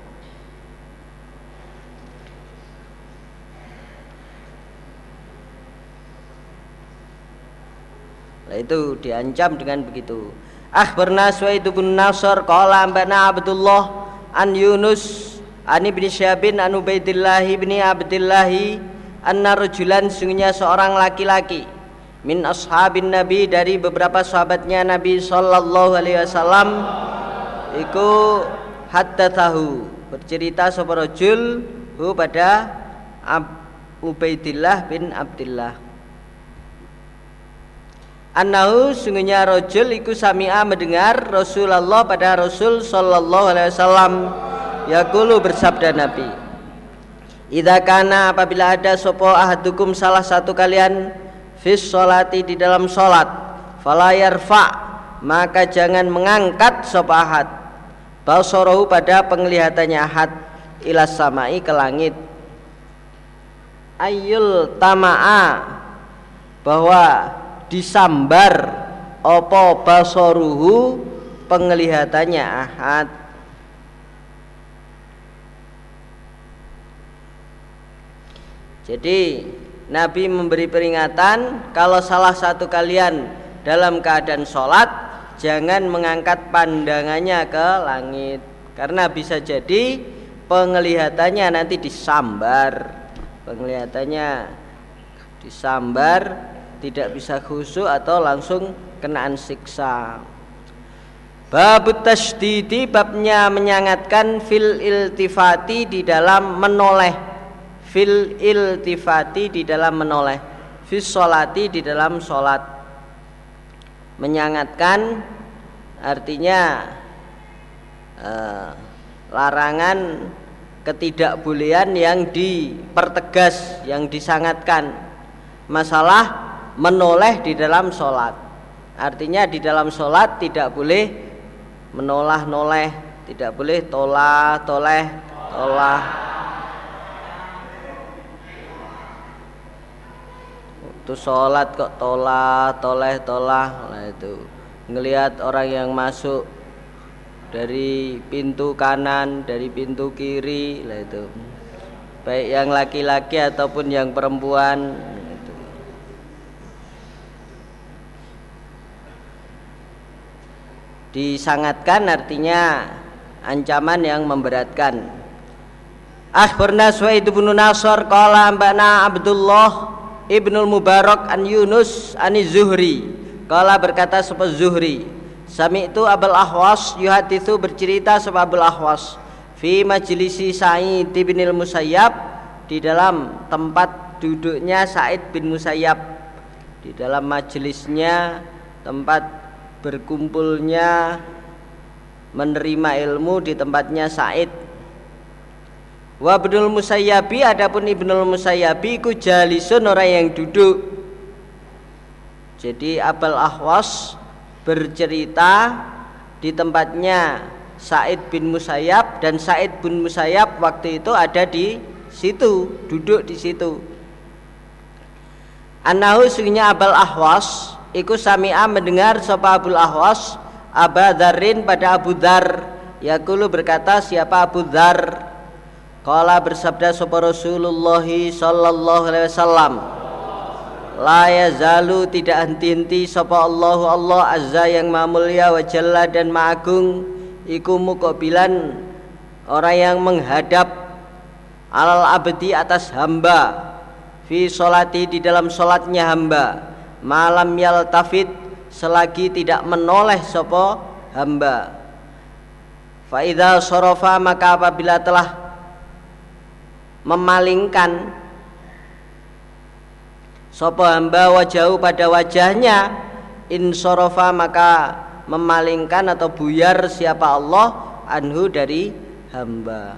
Nah itu diancam dengan begitu. Akhbarna Suwaid bin Nasr qala ambana Abdullah an Yunus an ibni Syabin an Ubaidillah ibni Abdillah anna rajulan, sungguhnya seorang laki-laki, min ashabin Nabi, dari beberapa sahabatnya Nabi sallallahu alaihi wasallam, iku haddatsahu, bercerita sapa rajul hu pada Ubaidillah bin Abdillah, annahu, sungguhnya rajul iku sami'a, mendengar Rasulullah pada Rasul sallallahu alaihi wasallam, yaqulu, bersabda Nabi, idza kana, apabila ada sapa ahadukum, salah satu kalian, fis sholati, di dalam sholat, fala yarfa, maka jangan mengangkat sapa ahad, basarahu, pada penglihatannya ahad, ilas samai, ke langit, ayyul tama'a, bahwa disambar opo basoruhu, penglihatannya ahad. Jadi Nabi memberi peringatan, kalau salah satu kalian dalam keadaan sholat, jangan mengangkat pandangannya ke langit, karena bisa jadi penglihatannya nanti disambar, penglihatannya disambar, tidak bisa khusyuk atau langsung kenaan siksa. Babut tasydidi, babnya menyangatkan, fil iltifati, di dalam menoleh, fil iltifati, di dalam menoleh, fis sholati, di dalam sholat. Menyangatkan artinya larangan ketidakbolehan yang dipertegas, yang disangatkan. Masalah menoleh di dalam sholat, artinya di dalam sholat tidak boleh menolah-noleh, tidak boleh tolah. Itu sholat kok tolah. Nah itu ngelihat orang yang masuk dari pintu kanan, dari pintu kiri, lah itu baik yang laki-laki ataupun yang perempuan. Disangatkan artinya ancaman yang memberatkan. Akhbarna Suwaid bin Nasr qala ambana Abdullah ibnul Mubarak an Yunus an Zuhri, qala, berkata sapa Zuhri, sami'tu Abul Ahwas yuhaditsu, bercerita sapa Abul Ahwas, fi majlisi Sa'id bin Musayyab, di dalam tempat duduknya Sa'id bin Musayyab, di dalam majelisnya, tempat berkumpulnya menerima ilmu di tempatnya Sa'id. Wa Ibnul Musayyabi, adapun Ibnul Musayyabi iku jalisun, orang yang duduk. Jadi Abul Ahwas bercerita di tempatnya Sa'id bin Musayyab, dan Sa'id bin Musayyab waktu itu ada di situ, duduk di situ. Annahu sungguhnya Abul Ahwas iku sami'a mendengar sapa Abul Ahwas Aba Dzarrin pada Abu Dzar, yaqulu berkata siapa Abu Dzar, qala bersabda sapa Rasulullah sallallahu alaihi wasallam, la yazalu tidak henti-henti sapa Allah azza yang maha mulia wa jalla dan maha agung iku muqabilan, orang yang menghadap alal abdi atas hamba, fi sholati di dalam sholatnya hamba, malam yaltafit selagi tidak menoleh sapa hamba. Fa idza sarafa maka apabila telah memalingkan sapa hamba wajahu pada wajahnya, insorofa maka memalingkan atau buyar siapa Allah anhu dari hamba.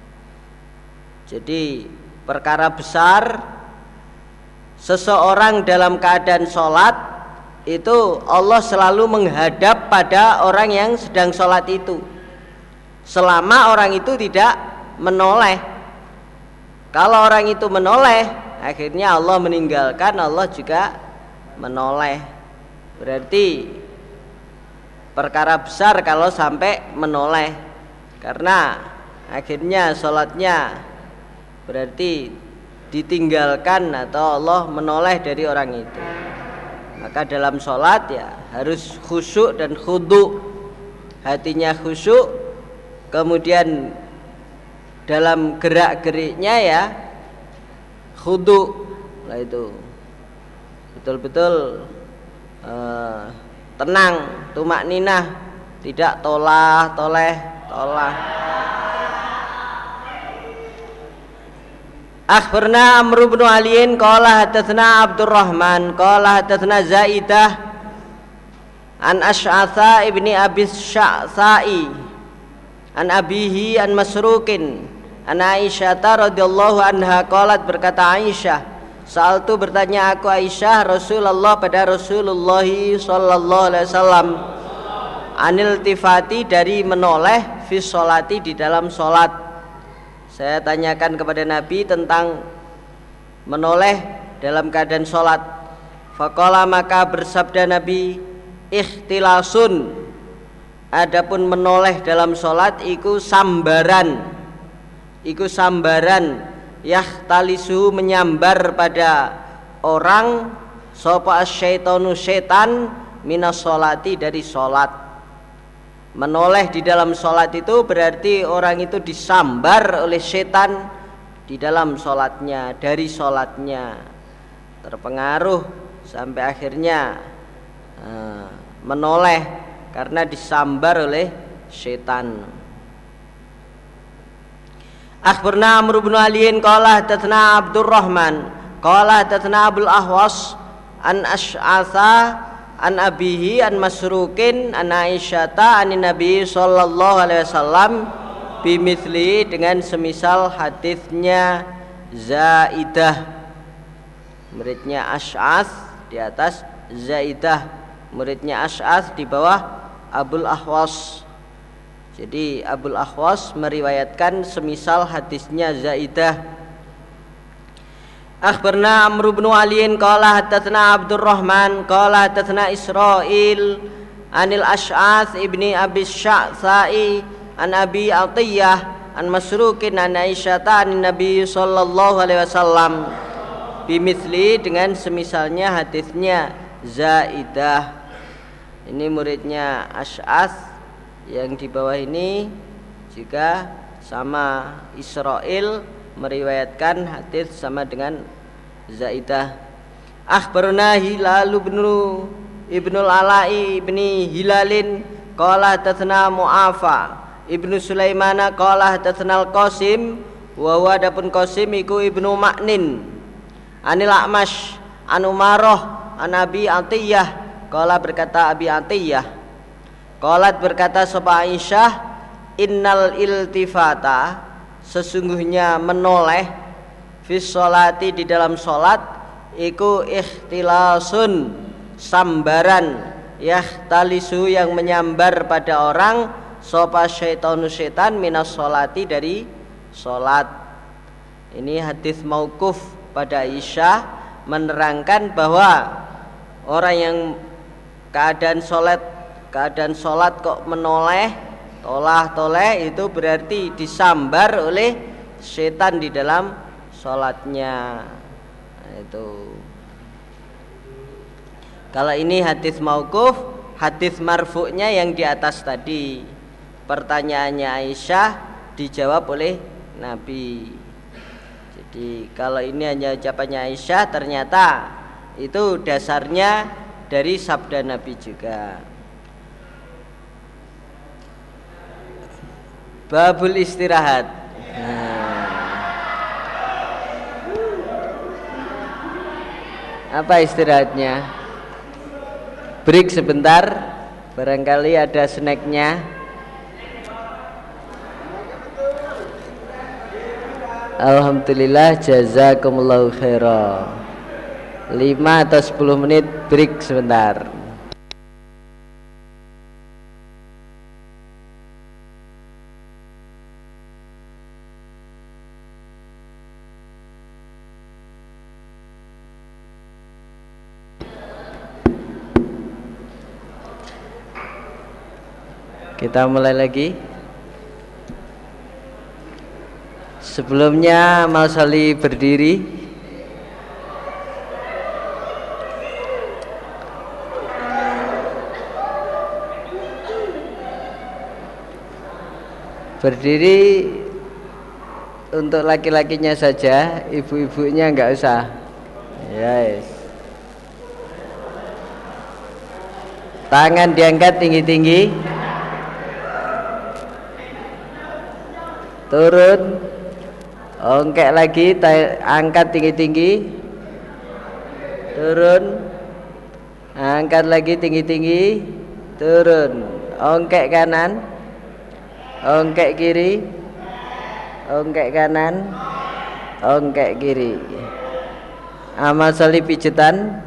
Jadi perkara besar, seseorang dalam keadaan sholat itu Allah selalu menghadap pada orang yang sedang sholat itu, selama orang itu tidak menoleh. Kalau orang itu menoleh, akhirnya Allah meninggalkan, Allah juga menoleh. Berarti perkara besar kalau sampai menoleh, karena akhirnya sholatnya berarti ditinggalkan atau Allah menoleh dari orang itu. Maka dalam sholat ya harus khusyuk dan khudu, hatinya khusyuk, kemudian dalam gerak-geriknya ya khudu. Nah itu betul-betul tenang, tumakninah, tidak tolah toleh tolah. Akhbarna Amr bin Aliin qala hadatsana Abdurrahman qala hadatsana Zaidah an Asy'atha ibni Abi Sya'sa'i an abihi an Masrukin an Aisyah radhiyallahu anha qalat, berkata Aisyah, sa'altu bertanya aku Aisyah Rasulullah pada Rasulullah sallallahu alaihi wasallam, anil tifati dari menoleh fi sholati di dalam sholat. Saya tanyakan kepada Nabi tentang menoleh dalam keadaan sholat. Faqala maka bersabda Nabi, ikhtilasun, adapun menoleh dalam sholat iku sambaran, yahtalisu menyambar pada orang sapa asyaitonu setan minas sholati dari sholat. Menoleh di dalam sholat itu berarti orang itu disambar oleh setan di dalam sholatnya, dari sholatnya, terpengaruh sampai akhirnya menoleh karena disambar oleh setan. Akhbarna Amr bin Aliin qala hadatsana Abdurrahman qala hadatsana Abul Ahwas an Asy'atha an abihi an Masrukin an Aisyata an Nabi sallallahu alaihi wasallam bimithli, dengan semisal hadisnya Zaidah, muridnya Asy'ath di atas Zaidah, muridnya Asy'ath di bawah Abul Ahwas. Jadi Abul Ahwas meriwayatkan semisal hadisnya Zaidah. Akhbarna Amr bin Aliin qala hadatsana Abdurrahman qala hadatsana Israil anil Asy'ath ibni Abi Sya'sa'i an Abi Atiyah an Masrukin an Aisyata an Nabi sallallahu alaihi wasallam bimithli, dengan semisalnya hadisnya Zaidah. Ini muridnya Asy'ath yang di bawah ini juga sama Israil meriwayatkan hadis sama dengan Zaidah. Akhbarana Hilal ibnul Ala'i ibni Hilalin qala hadatsana Mu'afa ibnu Sulaimana qala hadatsana Al-Qasim wa huwa adapun Qasim iku ibnu Ma'nin Anil A'mash an Umarah an Abi Atiyah qala berkata Abi Atiyah qalat berkata sapa Aisyah innal iltifata sesungguhnya menoleh fis sholati di dalam salat iku ikhtilasun sambaran yahtalisu yang menyambar pada orang sapa syaitanu setan minas sholati dari salat. Ini hadis mauquf pada Aisyah menerangkan bahwa orang yang keadaan sholat kok menoleh toleh itu berarti disambar oleh setan di dalam sholatnya. Nah, itu kalau ini hadis mauquf, hadis marfu'nya yang di atas tadi. Pertanyaannya Aisyah dijawab oleh Nabi. Jadi kalau ini hanya jawabannya Aisyah, ternyata itu dasarnya dari sabda Nabi juga. Babul istirahat. Apa istirahatnya? Break sebentar, barangkali ada snacknya. Alhamdulillah, jazakumullahu khairan. 5 atau 10 menit break sebentar. Kita mulai lagi. Sebelumnya Mal Sali berdiri. Berdiri untuk laki-lakinya saja, ibu-ibunya enggak usah. Yes. Tangan diangkat tinggi-tinggi. Turun. Ongkek lagi, angkat tinggi-tinggi. Turun. Angkat lagi tinggi-tinggi. Turun. Ongkek kanan. Ongkek kiri. Ongkek kanan. Ongkek kiri. Amal Sali pijetan.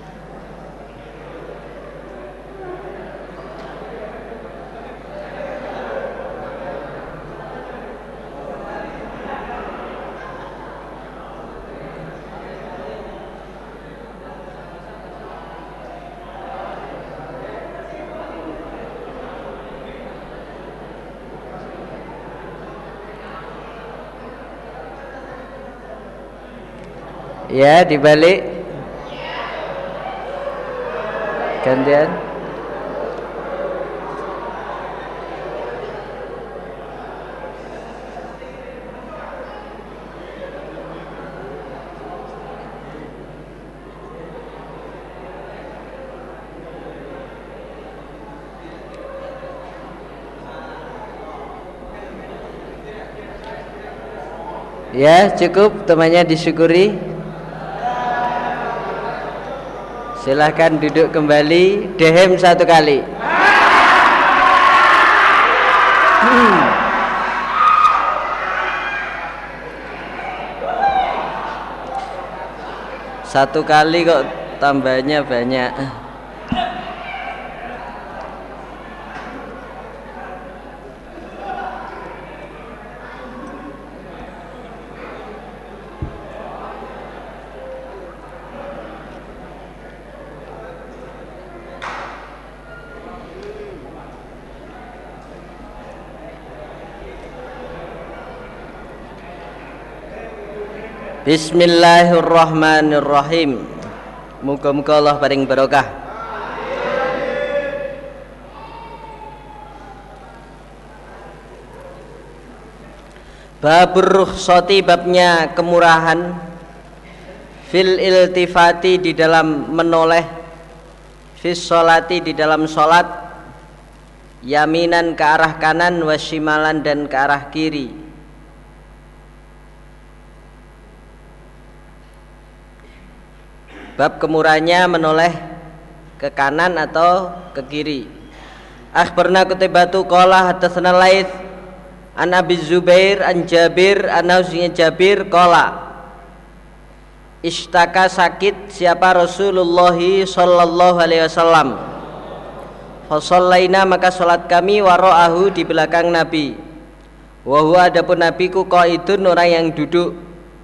Ya, dibalik. Gantian. Ya, cukup temannya disyukuri. Silahkan duduk kembali. Dehem 1 kali. Satu kali kok tambahnya banyak. Bismillahirrahmanirrahim. Muga-muga Allah paring barokah. Babur rukhsati, babnya kemurahan. Fil iltifati, di dalam menoleh. Fis sholati, di dalam sholat. Yaminan, ke arah kanan. Washimalan, dan ke arah kiri. bab kemurahnya menoleh ke kanan atau ke kiri. Akhbarna Qutaibatu qala hadatsana Laits an Abi Zubair an Jabir annahu Jabir qala Ishtaka sakit siapa Rasulullah sallallahu alaihi wasallam. Fasallaina maka salat kami wara'ahu di belakang Nabi. Wa huwa adapun nabiku qaidun orang yang duduk.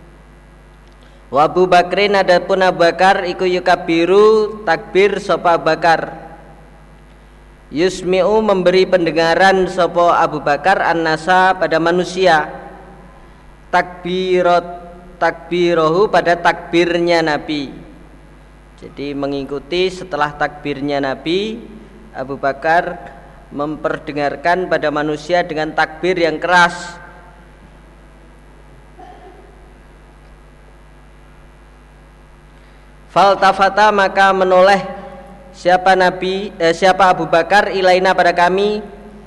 Wa Abu Bakrin adapun Abu Bakar iku yukabiru takbir sapa Bakar. Yusmi'u memberi pendengaran sapa Abu Bakar an-nasa pada manusia. Takbirahu pada takbirnya Nabi. Jadi mengikuti setelah takbirnya Nabi, Abu Bakar memperdengarkan pada manusia dengan takbir yang keras. Faltafata maka menoleh siapa Abu Bakar ilaina pada kami.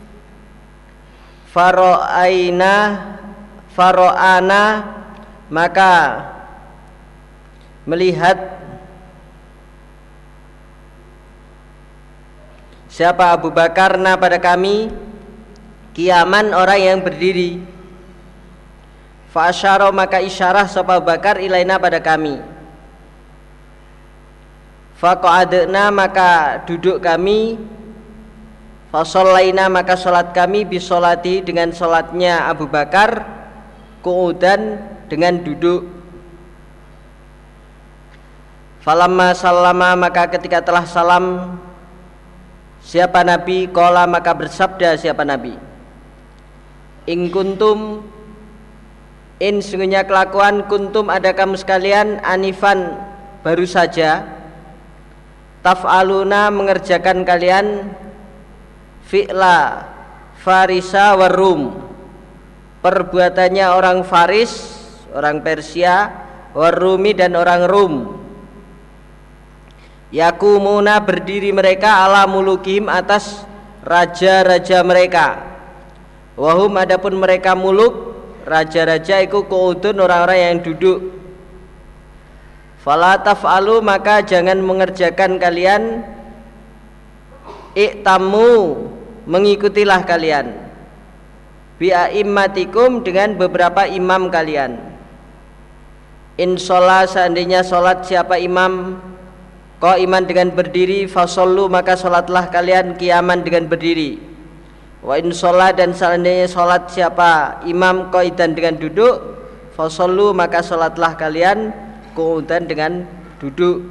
Faro'ana maka melihat siapa Abu Bakar pada kami kiaman orang yang berdiri. Fa asyara maka isyarah sapa Abu Bakar ilaina pada kami. Fa qa'adna maka duduk kami. Fa shallaina maka salat kami bisolati dengan salatnya Abu Bakar qu'udan dengan duduk. Falamma sallama maka ketika telah salam siapa Nabi qala maka bersabda siapa Nabi, in kuntum in sungguhnya kelakuan kuntum ada kamu sekalian anifan baru saja taf'aluna mengerjakan kalian fi'la farisa warum perbuatannya orang Faris, orang Persia, warumi dan orang Rum. Yakumuna berdiri mereka ala mulukim atas raja-raja mereka. Wahum adapun mereka muluk raja-raja iku qu'udun orang-orang yang duduk. Fala taf'alu maka jangan mengerjakan kalian iktamu mengikutilah kalian bia'immatikum dengan beberapa imam kalian. Inshallah seandainya salat siapa imam qaiman dengan berdiri fasallu maka salatlah kalian qiyaman dengan berdiri. Wa inshallah dan seandainya salat siapa imam qaidan dengan duduk fasallu maka salatlah kalian qu'udan dengan duduk.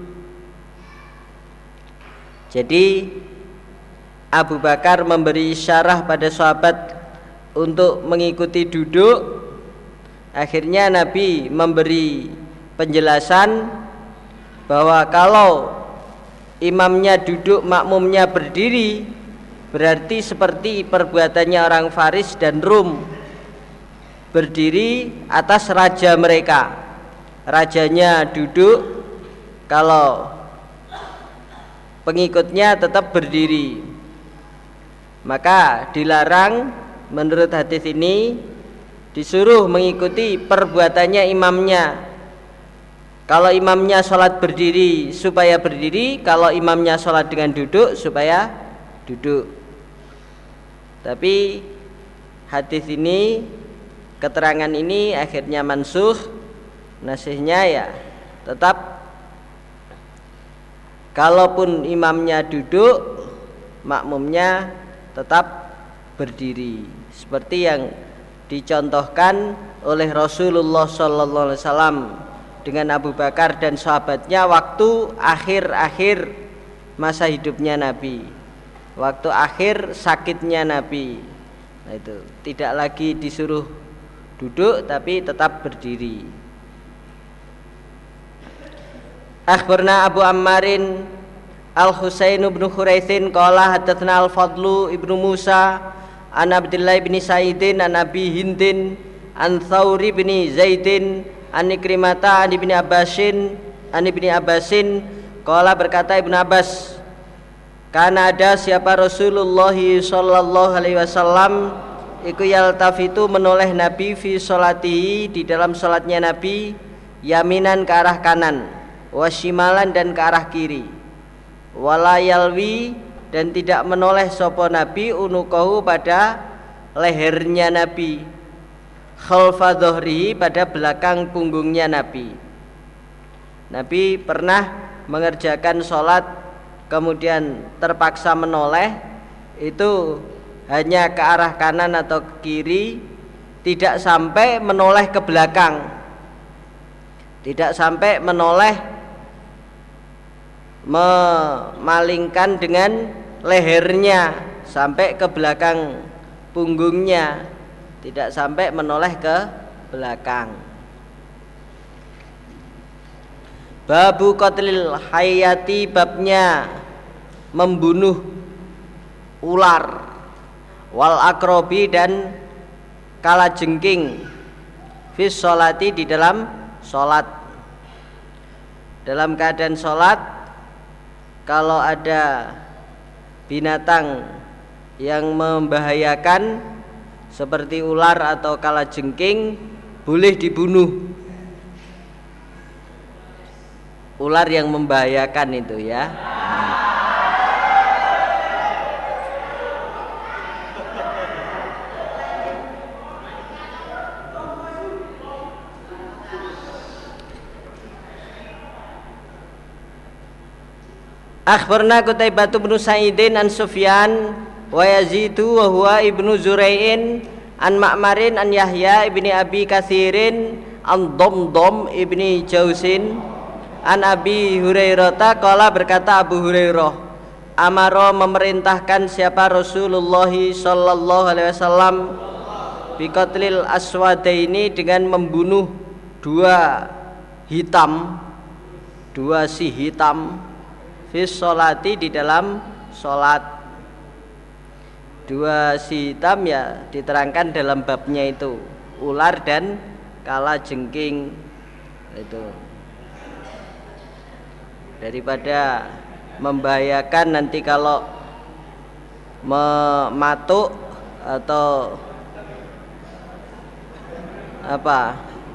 Jadi Abu Bakar memberi isyarah pada sahabat untuk mengikuti duduk. Akhirnya Nabi memberi penjelasan bahwa kalau imamnya duduk makmumnya berdiri berarti seperti perbuatannya orang Faris dan Rum, berdiri atas raja mereka. Rajanya duduk, kalau pengikutnya tetap berdiri. Maka dilarang menurut hadis ini, disuruh mengikuti perbuatannya imamnya. Kalau imamnya sholat berdiri supaya berdiri, kalau imamnya sholat dengan duduk supaya duduk. Tapi hadis ini, keterangan ini akhirnya mansukh. Nasihnya ya tetap kalaupun imamnya duduk, makmumnya tetap berdiri, seperti yang dicontohkan oleh Rasulullah SAW dengan Abu Bakar dan sahabatnya waktu akhir-akhir masa hidupnya Nabi, waktu akhir sakitnya Nabi. Nah, itu tidak lagi disuruh duduk tapi tetap berdiri. Akhbarna Abu Ammarin Al-Husain ibn Khuraitsin qala hadatsana Al-Fadlu ibnu Musa an Abdullah bin Sa'idin an Abi Hindin an Thawri bin Zaidin an Ikrimata an Ibni Abbasin qala berkata Ibnu Abbas, kana ada siapa Rasulullah sallallahu alaihi wasallam iku yaltafitu menoleh Nabi fi sholatihi di dalam salatnya Nabi yaminan ke arah kanan wasyimalan dan ke arah kiri, walayalwi dan tidak menoleh sopo Nabi unukahu pada lehernya Nabi, khalfa dhuhrihi pada belakang punggungnya Nabi. Nabi pernah mengerjakan sholat kemudian terpaksa menoleh, itu hanya ke arah kanan atau ke kiri, tidak sampai menoleh ke belakang, tidak sampai menoleh memalingkan dengan lehernya sampai ke belakang punggungnya, tidak sampai menoleh ke belakang. Babu qatlil hayati, babnya membunuh ular, wal akrobi dan kalajengking, fis sholati di dalam sholat. Dalam keadaan sholat, kalau ada binatang yang membahayakan seperti ular atau kalajengking, boleh dibunuh. Ular yang membahayakan itu ya. Akhbarna Qutaibah bin Sa'idin an Sufyan wa Yazidu wa huwa ibnu Zurai'in an Ma'marin an Yahya ibni Abi Katsirin an Damdam ibni Jausin an Abi Hurairah qala, berkata Abu Hurairah, amara memerintahkan siapa Rasulullah sallallahu alaihi wasallam biqatlil aswadaini, dengan membunuh dua si hitam fis sholati di dalam sholat. Dua si hitam ya diterangkan dalam babnya itu, ular dan kalajengking. Itu daripada membahayakan nanti kalau mematuk atau apa,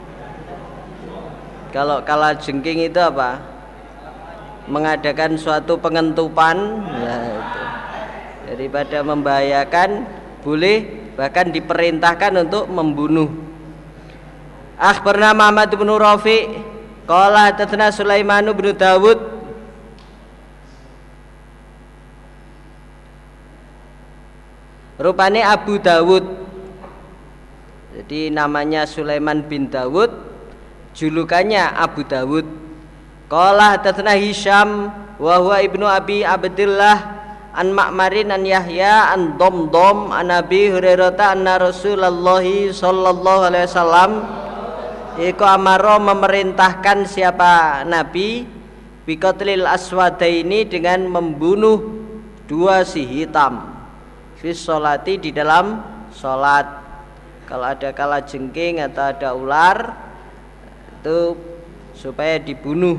kalau kalajengking itu apa, mengadakan suatu pengentupan ya, itu daripada membahayakan, boleh bahkan diperintahkan untuk membunuh. Akhbarna Muhammad bin Rafi qala hadatsana Sulaiman bin Dawud rupane Abu Dawud, jadi namanya Sulaiman bin Dawud, julukannya Abu Dawud. Qala hadatsana Hisham wa huwa ibnu Abi Abdillah an Ma'marin an Yahya an Damdam an Abi Hurairah anna Rasulullah sallallahu alaihi wasallam iku amaro memerintahkan siapa Nabi biqatlil aswadaini, dengan membunuh dua si hitam fis sholati di dalam sholat. Kalau ada kalajengking atau ada ular itu supaya dibunuh.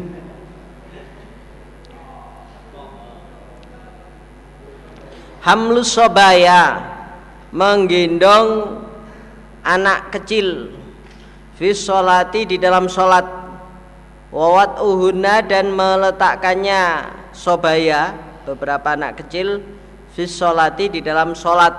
Hamlus sobaya, menggendong anak kecil fis sholati di dalam sholat, wawat uhuna dan meletakkannya sobaya beberapa anak kecil fis sholati di dalam sholat.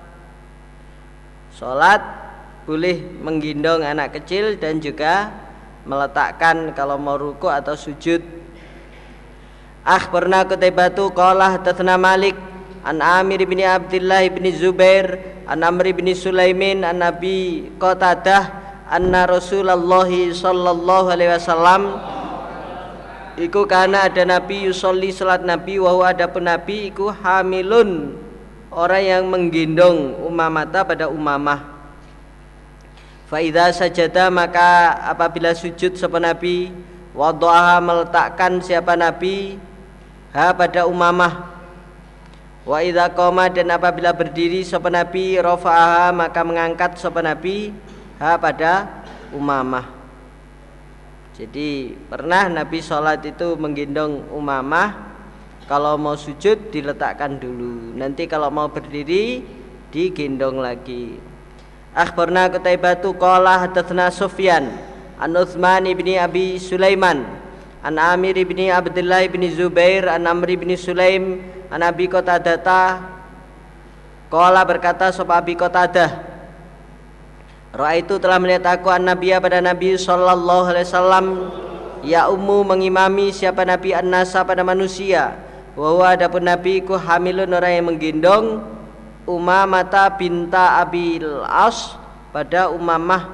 Sholat boleh menggendong anak kecil dan juga meletakkan kalau mau ruku atau sujud. Akhbarna Qutaibatu qala hadatsana Malik an Amir bin Abdullah bin Zubair an Amr bin Sulaimin an Nabi Qatadah anna Rasulullah sallallahu alaihi wasallam iku kana ada Nabi yusolli salat Nabi wa huwa adapun Nabi iku hamilun, orang yang menggendong Umamata pada Umamah. Fa idza sajada, maka apabila sujud sapa Nabi, wadhaha meletakkan siapa Nabi ha pada Umamah. Wa idza qama, dan apabila berdiri sapa Nabi, rafa'aha maka mengangkat sapa Nabi ha pada Umamah. Jadi pernah Nabi sholat itu menggendong Umamah, kalau mau sujud diletakkan dulu, nanti kalau mau berdiri digendong lagi. Akhbarna Qutaibatu qala hadatsana Sufyan an Utsman bin Abi Sulaiman an Amir bin Abdullah bin Zubair an Amr bin Sulaim an Abi Qatadah qala berkata sapa Abi Qatadah, Ra'aitu telah melihat aku an-nabiyya pada Nabi sallallahu alaihi wasallam ya mengimami siapa Nabi an-nasa pada manusia, wa huwa adapun Nabi ku hamilun orang yang menggendong Umamah binta Abil As pada Umamah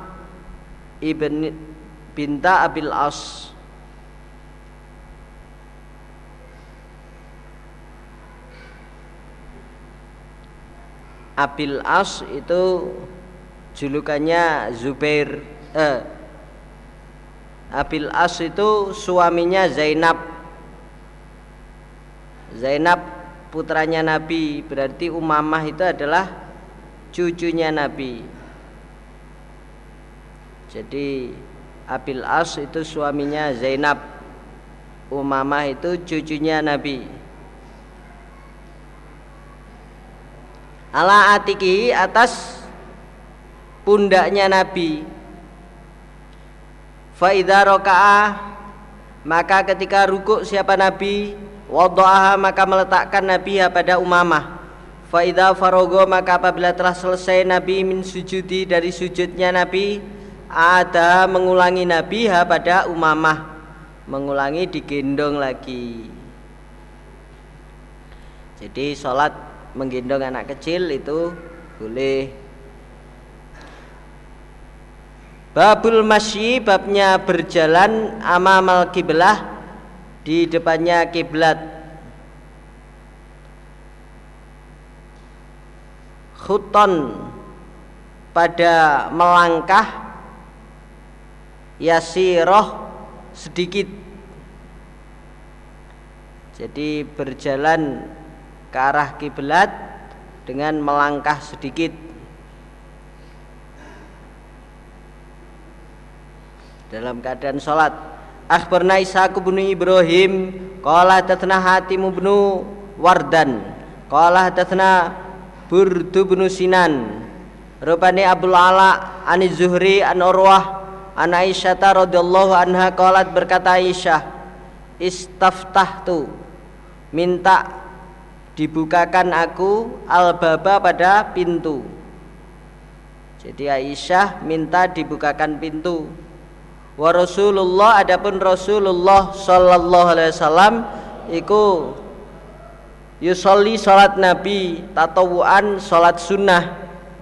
binta Abil As. Abil As itu julukannya Zubair. Abil As itu suaminya Zainab. Zainab putranya Nabi, berarti Umamah itu adalah cucunya Nabi. Jadi Abil As itu suaminya Zainab, Umamah itu cucunya Nabi. Ala atiki, atas pundaknya Nabi. Fa idza raka'a, maka ketika rukuk siapa Nabi, wada'aha, maka meletakkan Nabi pada Umamah. Fa idza faragha, maka apabila telah selesai Nabi min sujudi, dari sujudnya Nabi, ada mengulangi Nabi pada Umamah, mengulangi digendong lagi. Jadi sholat menggendong anak kecil itu boleh. Babul masyi, babnya berjalan amamal kiblah, di depannya kiblat. Khuton, pada melangkah, yasiroh, sedikit. Jadi berjalan ke arah kiblat dengan melangkah sedikit. Dalam keadaan sholat. Akhbarna Ishaq bin Ibrahim qala hadatsana Hatim bin Wardan qala hadatsana Burdu bin Sinan rupane Abdul Ala an Zuhri an Urwah an Aisyah radhiyallahu anha qalat, berkata Aisyah, istaftahtu, minta dibukakan aku al-baba, pada pintu. Jadi Aisyah minta dibukakan pintu. Wa Rasulullah, adapun Rasulullah sallallahu alaihi wasallam iku yusolli, salat Nabi, tatawuan, salat sunnah.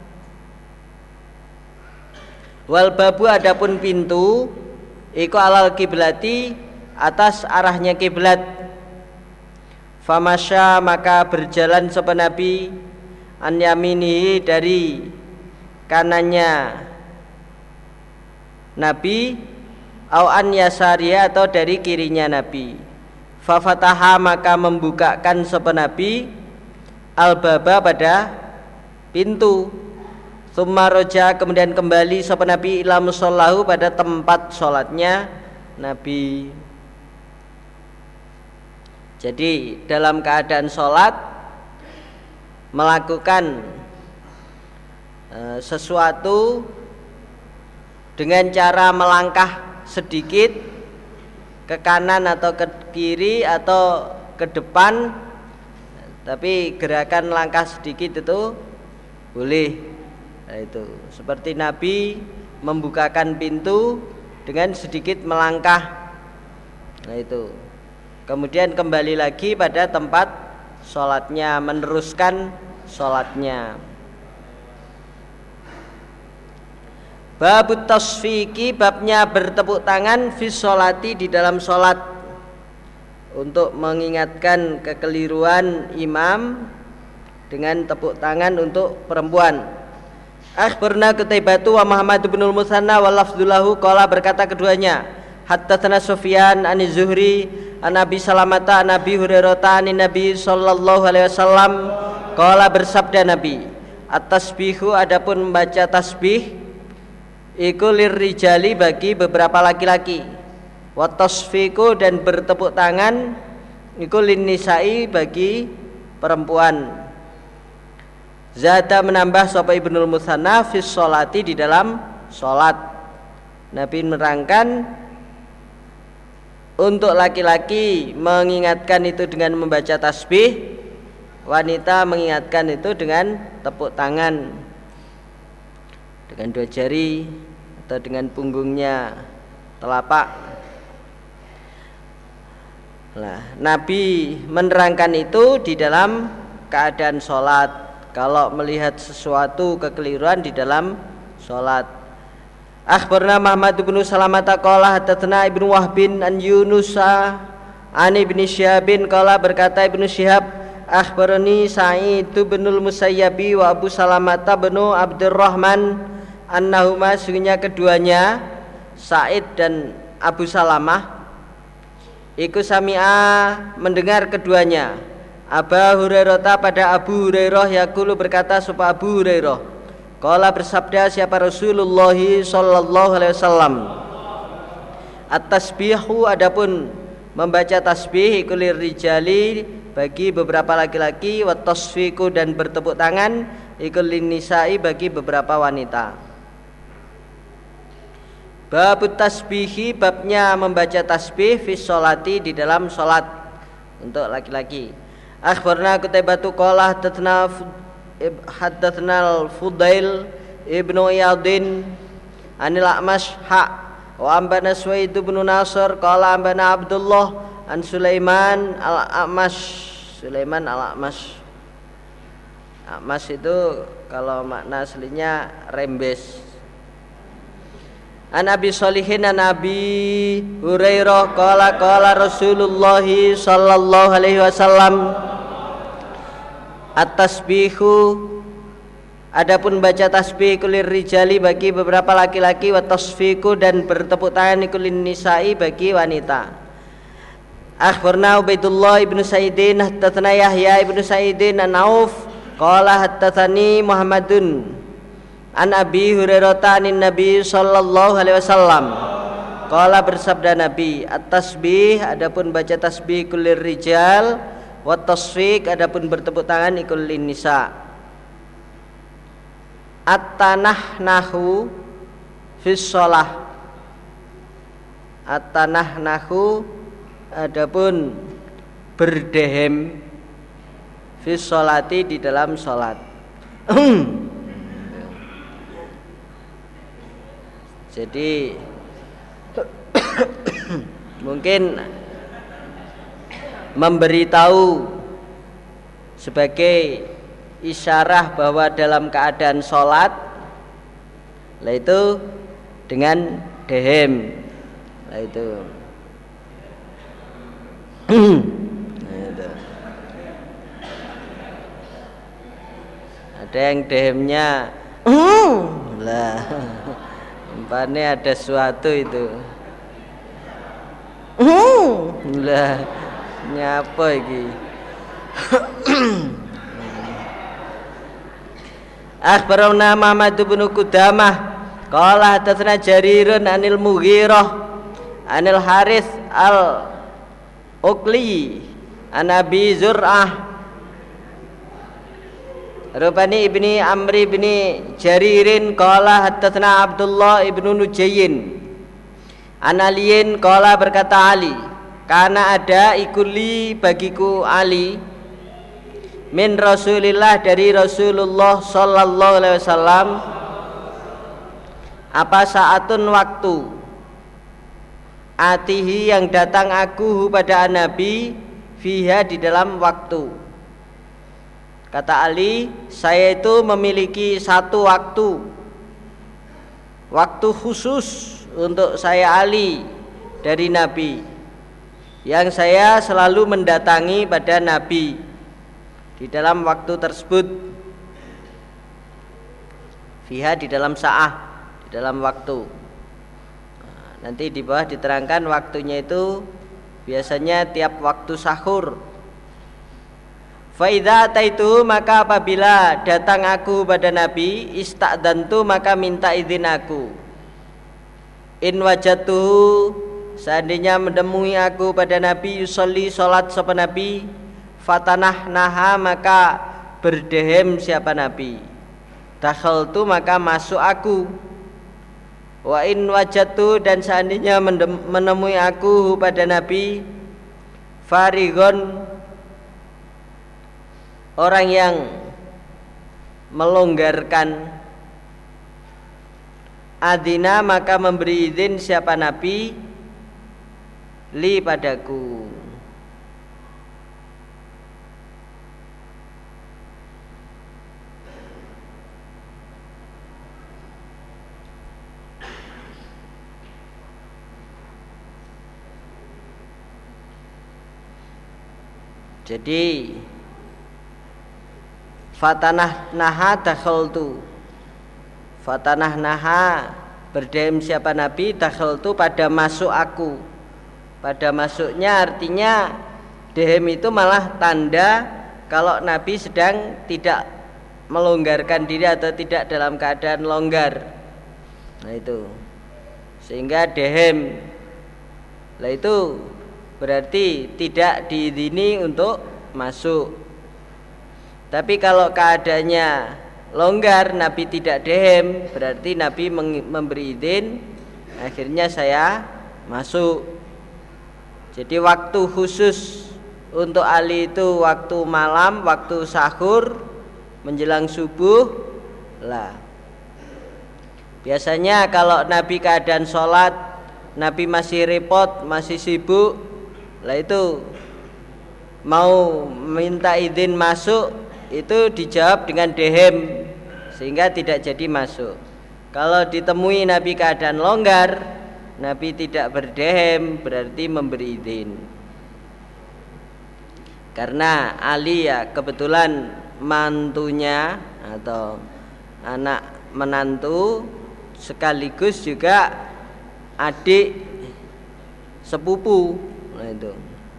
Wal babu, adapun pintu iku alal kiblati, atas arahnya kiblat. Famasya, maka berjalan sapa Nabi, an yaminihi, dari kanannya Nabi, au an yasariya, atau dari kirinya Nabi. Fafataha, maka membukakan sapa Nabi al-baba, pada pintu. Tsumma roja, kemudian kembali sapa Nabi ila musallahu, pada tempat sholatnya Nabi. Jadi dalam keadaan sholat melakukan sesuatu dengan cara melangkah sedikit ke kanan atau ke kiri atau ke depan, tapi gerakan langkah sedikit itu boleh. Nah, itu seperti Nabi membukakan pintu dengan sedikit melangkah. Nah, itu kemudian kembali lagi pada tempat sholatnya, meneruskan sholatnya. Babut tasfiki, babnya bertepuk tangan fi sholati, di dalam sholat, untuk mengingatkan kekeliruan imam dengan tepuk tangan untuk perempuan. Akhbarna Qutaibatu wa Muhammad bin al-Musanna wa lafdzulahu qala, berkata keduanya, haddatsana Sufyan an Zuhri an Abi Salamata an Abi Hurairah an Nabi sallallahu alaihi wasallam qala, bersabda Nabi, at-tasbihu, adapun membaca tasbih iku lirrijali, bagi beberapa laki-laki, wa tasfiku, dan bertepuk tangan iku linnisa'i, bagi perempuan. Zada, menambah sapa Ibnul Musanna fis sholati, di dalam sholat. Nabi menerangkan untuk laki-laki mengingatkan itu dengan membaca tasbih, wanita mengingatkan itu dengan tepuk tangan dengan 2 jari atau dengan punggungnya telapak. Nah, Nabi menerangkan itu di dalam keadaan sholat. Kalau melihat sesuatu kekeliruan di dalam sholat. Akhbarna Muhammad bin Salamata qala hadatsana Ibnu Wahbin an Yunusa an Ibnu Syihabin qala berkata Ibnu Syihab akhbarani Sa'id bin Musayyabi wa Abu Salamata bin Abdurrahman annahuma sungguhnya keduanya Sa'id dan Abu Salamah iku sami'a mendengar keduanya Abu Hurairah pada Abu Hurairah yaqulu berkata supaya Abu Hurairah qala bersabda siapa Rasulullah sallallahu alaihi wasallam at-tasbihu adapun membaca tasbih ikulir rijali bagi beberapa laki-laki wa tasfiku dan bertepuk tangan ikulin nisa'i bagi beberapa wanita. Bab tasbihi babnya membaca tasbih fi sholati di dalam sholat untuk laki-laki. Akhbarna Qutaibatu qala haddatsna al-Fudail ibnu Iyadin anil A'mash wa ambana Suwaid bin Nasr qala ambana Abdullah an Sulaiman al-A'mash. Sulaiman al-A'mash. A'mash itu kalau makna aslinya rembes. An Abi Shalihin an Abi Hurairah qala Rasulullah sallallahu alaihi wasallam at-tasbihu adapun baca tasbih kulir rijali bagi beberapa laki-laki wa tasfiku dan bertepuk tangan kulin nisa'i bagi wanita. Akhbarna Ubaidullah ibnu Sa'idin haddatsana Yahya ibnu Sa'idin an Auf qala haddatsani Muhammadun an Abi Hurairah anin Nabi sallallahu alaihi wasallam qala bersabda Nabi at-tasbih adapun baca tasbih kulir rijal wa tasfiq adapun bertepuk tangan ikul lin nisa. At-tanahnahu fis shalah at-tanahnahu adapun berdehem fis sholati di dalam sholat. Jadi mungkin memberitahu sebagai isyarah bahwa dalam keadaan sholat lah itu dengan dehem lah itu. Ada yang dehemnya lah umpamanya ada sesuatu itu lah nyapa iki. Akhbarana Muhammad bin Qudamah qala hadatsana Jarirun anil Mughirah anil Harits al-Uqli an Abi Zur'ah Rubani ibni Amri ibni Jaririn qala hadatsana Abdullah ibnu Nujayyin an Aliyin qala berkata Ali karena ada ikuli bagiku Ali min Rasulillah dari Rasulullah sallallahu alaihi wasallam apa saatun waktu atihi yang datang aku pada Nabi fiha di dalam waktu. Kata Ali, saya itu memiliki satu waktu khusus untuk saya Ali dari Nabi yang saya selalu mendatangi pada Nabi di dalam waktu tersebut. Fiha di dalam sa'ah, di dalam waktu. Nanti di bawah diterangkan waktunya itu biasanya tiap waktu sahur. Fa idza ataitu maka apabila datang aku pada Nabi ista'dantu maka minta izin aku. In wajatuhu seandainya menemui aku pada Nabi yusolli salat sapa Nabi fatanah naha maka berdehem siapa Nabi. Dakhaltu maka masuk aku. Wa in wajadtu, dan seandainya menemui aku pada Nabi farigon, orang yang melonggarkan, adina, maka memberi izin siapa Nabi li padaku. Jadi fatanah naha dakhaltu, fatanah naha berdem siapa Nabi, dakhaltu pada masuk aku. Pada masuknya artinya dehem itu malah tanda kalau Nabi sedang tidak melonggarkan diri atau tidak dalam keadaan longgar. Nah itu, sehingga dehem, lah itu berarti tidak diizini untuk masuk. Tapi kalau keadaannya longgar, Nabi tidak dehem, berarti Nabi memberi izin, akhirnya saya masuk. Jadi waktu khusus untuk Ali itu waktu malam, waktu sahur menjelang subuh lah. Biasanya kalau Nabi keadaan sholat, Nabi masih repot, masih sibuk, lah itu mau minta izin masuk itu dijawab dengan dehem, sehingga tidak jadi masuk. Kalau ditemui Nabi keadaan longgar, Nabi tidak berdehem, berarti memberi izin. Karena Ali ya kebetulan mantunya atau anak menantu sekaligus juga adik sepupu, nah itu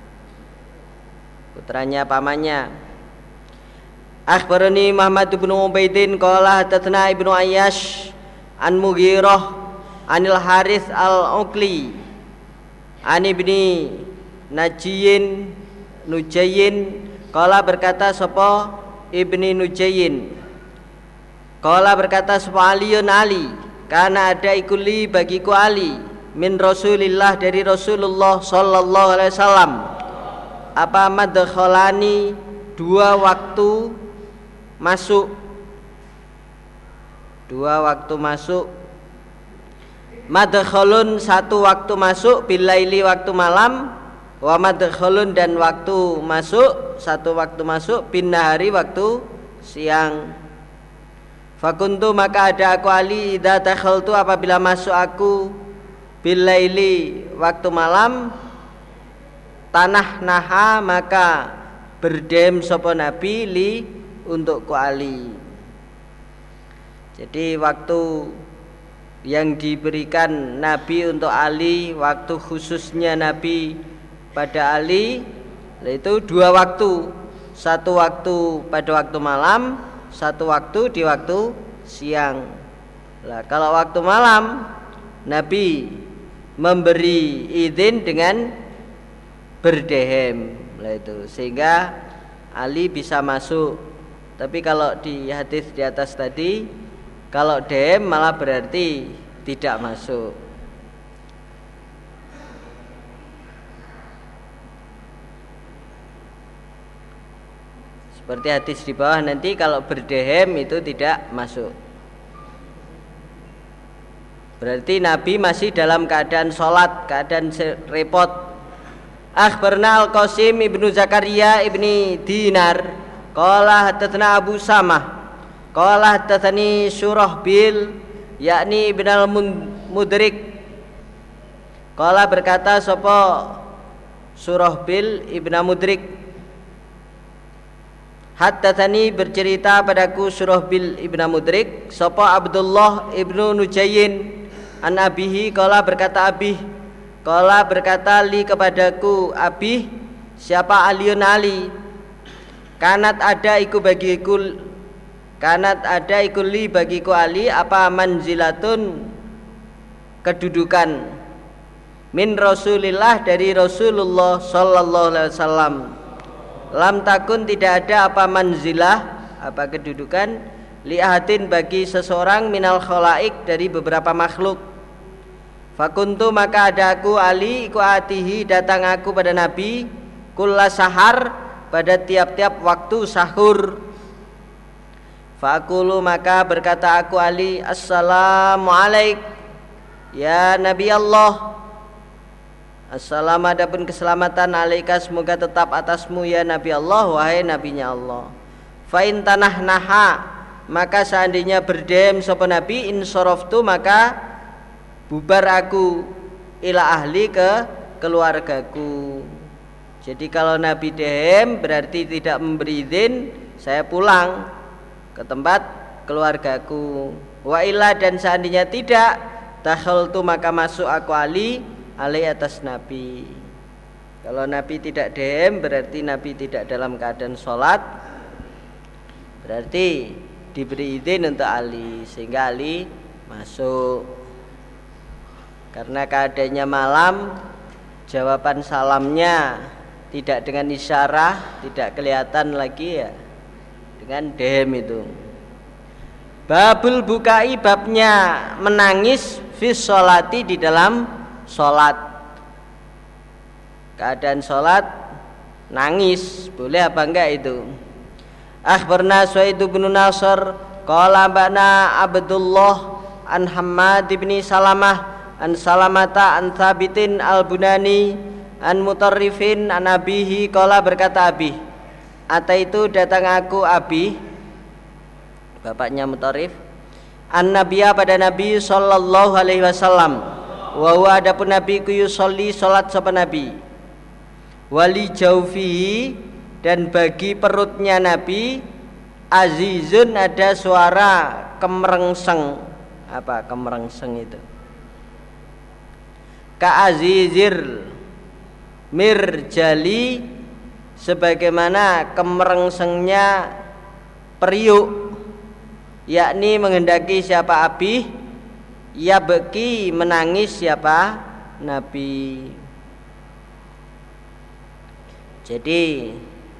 putranya pamannya. Akhbarani Muhammad bin Ubaidin qala hadatsana Ibnu Ayyash an Mughirah anil Harits al-Uqli an ibni Nujayyin qala berkata sapa ibni Nujayyin, qala berkata sapa Aliun Ali, karena ada ikuli bagiku Ali min Rasulillah, dari Rasulullah sallallahu alaihi wasallam, apa madkhalani, dua waktu masuk, dua waktu masuk. Madkhalun, satu waktu masuk, bilaili waktu malam, wa madkhalun, dan waktu masuk, satu waktu masuk, bin nahari waktu siang. Fakuntu, maka ada aku Ali, idza dakhaltu, apabila masuk aku, bilaili waktu malam, tanah naha, maka berdem sapa Nabi li untuk ku Ali. Jadi waktu yang diberikan Nabi untuk Ali, waktu khususnya Nabi pada Ali, yaitu dua waktu. Satu waktu pada waktu malam, satu waktu di waktu siang. Nah, kalau waktu malam Nabi memberi izin dengan berdehem, nah itu, sehingga Ali bisa masuk. Tapi kalau di hadis di atas tadi, kalau dehem malah berarti tidak masuk. Seperti hadis di bawah nanti, kalau berdehem itu tidak masuk. Berarti Nabi masih dalam keadaan sholat, keadaan repot. Akhbarna Al-Qasim ibnu Zakaria ibni Dinar qala hadatsana Abu Samah qala hadatsani Surahbil yakni ibn al-Mudrik qala berkata sapa Surahbil ibn Mudrik, hadatsani bercerita padaku Surahbil ibn Mudrik sapa Abdullah ibnu Nujayyin an abihi qala berkata abih, qala berkata li kepadaku abih, siapa Aliun Ali, kanat ada iku bagiku, kanat ada iku li bagiku Ali, apa manzilatun, kedudukan, min Rasulillah, dari Rasulullah sallallahu alaihi wasallam, lam takun, tidak ada apa manzilah, apa kedudukan, li ahadin, bagi seseorang, minal khalaik, dari beberapa makhluk, Fakuntu maka ada aku Ali iku atihi datang aku pada Nabi kulla sahar pada tiap-tiap waktu sahur. Faqulu maka berkata aku Ali, assalamualaik ya Nabi Allah. Assalamu adapun keselamatan alaika semoga tetap atasmu ya Nabi Allah, wahai nabinya Allah. Fa in tanah naha maka seandainya berdem sapa Nabi insoroftu maka bubar aku ila ahli ke keluargaku. Jadi kalau Nabi dehem berarti tidak memberi izin, saya pulang ke tempat keluargaku. Wa illa dan seandainya tidak, dakhaltu maka masuk aku Ali atas Nabi. Kalau Nabi tidak dehem berarti Nabi tidak dalam keadaan sholat, berarti diberi izin untuk Ali sehingga Ali masuk. Karena keadaannya malam, jawaban salamnya tidak dengan isyarah, tidak kelihatan lagi ya, dengan dehem itu. Babul bukai babnya menangis fi sholati di dalam sholat. Keadaan sholat nangis boleh apa enggak itu? Akhbarna Suhaid bin Nasr qala bana Abdullah an Hammad bin Salamah an Salamata an Thabitin al-Bunani an Mutarrifin an abihi qala berkata Abi ataitu datang aku Abi bapaknya Mutarrif an Nabiya pada Nabi sallallahu alaihi wasallam wa huwa adapun Nabi ku yusolli salat sapa Nabi wali jaufihi dan bagi perutnya Nabi azizun ada suara kemerengseng. Apa kemerengseng itu? Ka'azizir mirjali sebagaimana kemerengsengnya periuk, yakni menghendaki siapa Abi, ya beki menangis siapa Nabi. Jadi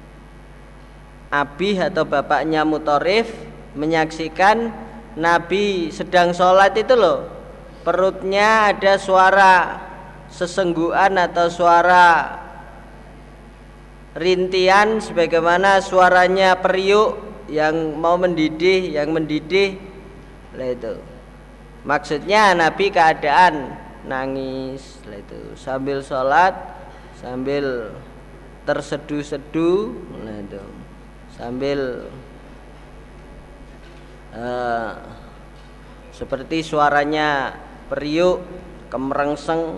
Abi atau bapaknya Mutarrif menyaksikan Nabi sedang sholat itu loh, perutnya ada suara sesenggukan atau suara rintian sebagaimana suaranya periuk yang mau mendidih, yang mendidih. Lah itu maksudnya Nabi keadaan nangis. Lah itu sambil sholat, sambil terseduh-seduh. Lah itu sambil seperti suaranya periuk kemerengseng.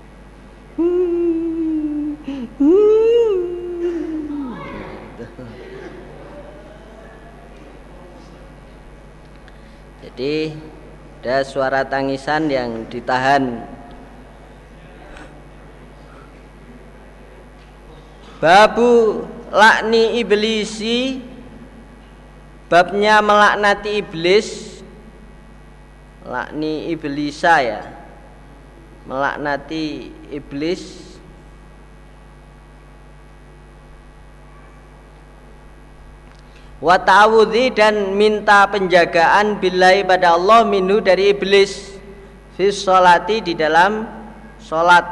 Jadi ada suara tangisan yang ditahan. Babu lakni iblisi, babnya melaknati iblis. Lakni iblisa ya, melaknati iblis. Wa ta'awudzi dan minta penjagaan billahi pada Allah minhu dari iblis fi sholati di dalam sholat.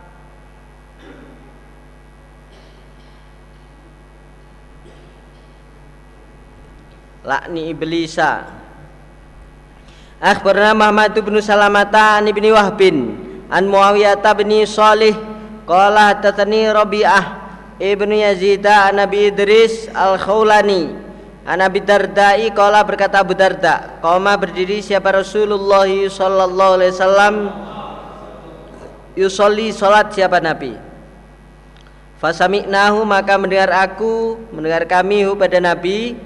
Lakni iblisa. Akhbarana Muhammad bin Salamata an ibni Wahbin an Muawiyah bin Shalih qala hadatsani Rabi'ah ibnu Yazid an Abi Idris al-Khawlani an Abi Darda'i qala berkata Abu Darda qoma berdiri siapa Rasulullah sallallahu alaihi wasallam yusolli salat siapa Nabi fasami'nahu maka mendengar kami pada Nabi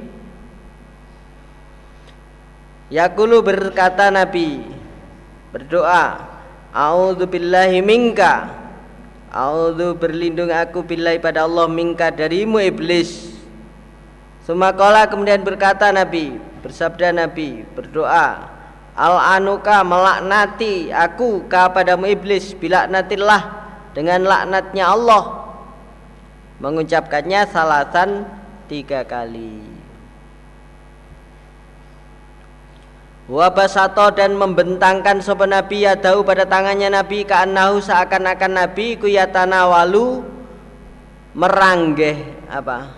yaqulu berkata Nabi berdoa a'udzu billahi minka, a'udzu berlindung aku billahi pada Allah minka darimu iblis. Sumaqala kemudian berkata Nabi, bersabda Nabi, berdoa, al-anuka melaknati aku kepadamu iblis, bilaknatillah dengan laknatnya Allah. Mengucapkannya salasan 3 kali. Wa basato dan membentangkan sapa Nabi yadahu pada tangannya Nabi ka'annahu seakan-akan Nabi ku yatanawalu meranggeh apa?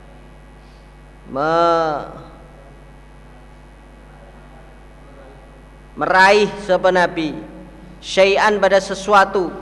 Meraih sapa Nabi syai'an pada sesuatu,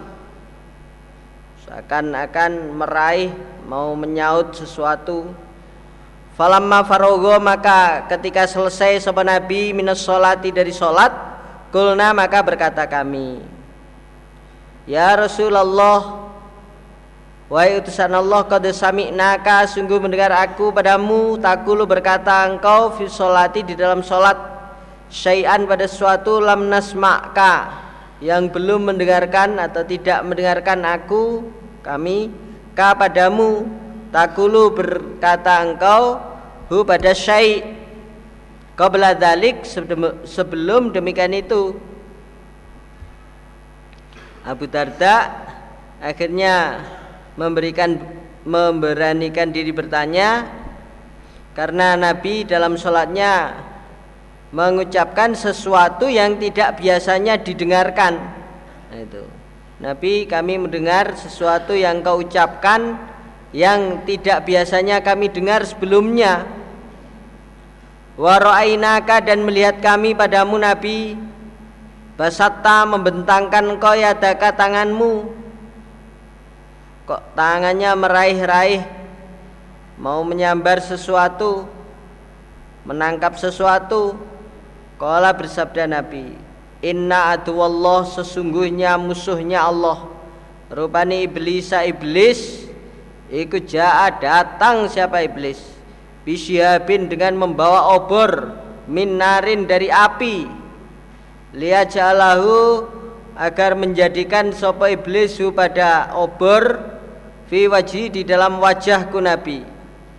seakan-akan meraih mau menyaut sesuatu. Falamma faragha maka ketika selesai sapa Nabi minas sholati dari sholat, kulna maka berkata kami, ya Rasulullah, wahai utusan Allah, qad sami'naka sungguh mendengar aku padamu takulu berkata engkau fi sholati di dalam sholat, syai'an pada sesuatu lam nasma'ka yang belum mendengarkan atau tidak mendengarkan aku kami ka padamu, takulu berkata engkau hu pada syai' qabla dzalik sebelum demikian itu. Abu Darda akhirnya memberanikan diri bertanya karena Nabi dalam sholatnya mengucapkan sesuatu yang tidak biasanya didengarkan. Nah, itu Nabi, kami mendengar sesuatu yang kau ucapkan yang tidak biasanya kami dengar sebelumnya. Wa ra'ainaka dan melihat kami padamu Nabi basatta membentangkan engkau yadaka tanganmu. Kok tangannya meraih-raih mau menyambar sesuatu, menangkap sesuatu. Qala bersabda Nabi, inna aduwallah sesungguhnya musuhnya Allah, rupani iblisa iblis, iku ja'a datang siapa iblis, bisyihabin dengan membawa obor, minarin dari api, liyajalahu agar menjadikan sapa iblis pada obor, fi wajhi di dalam wajahku Nabi.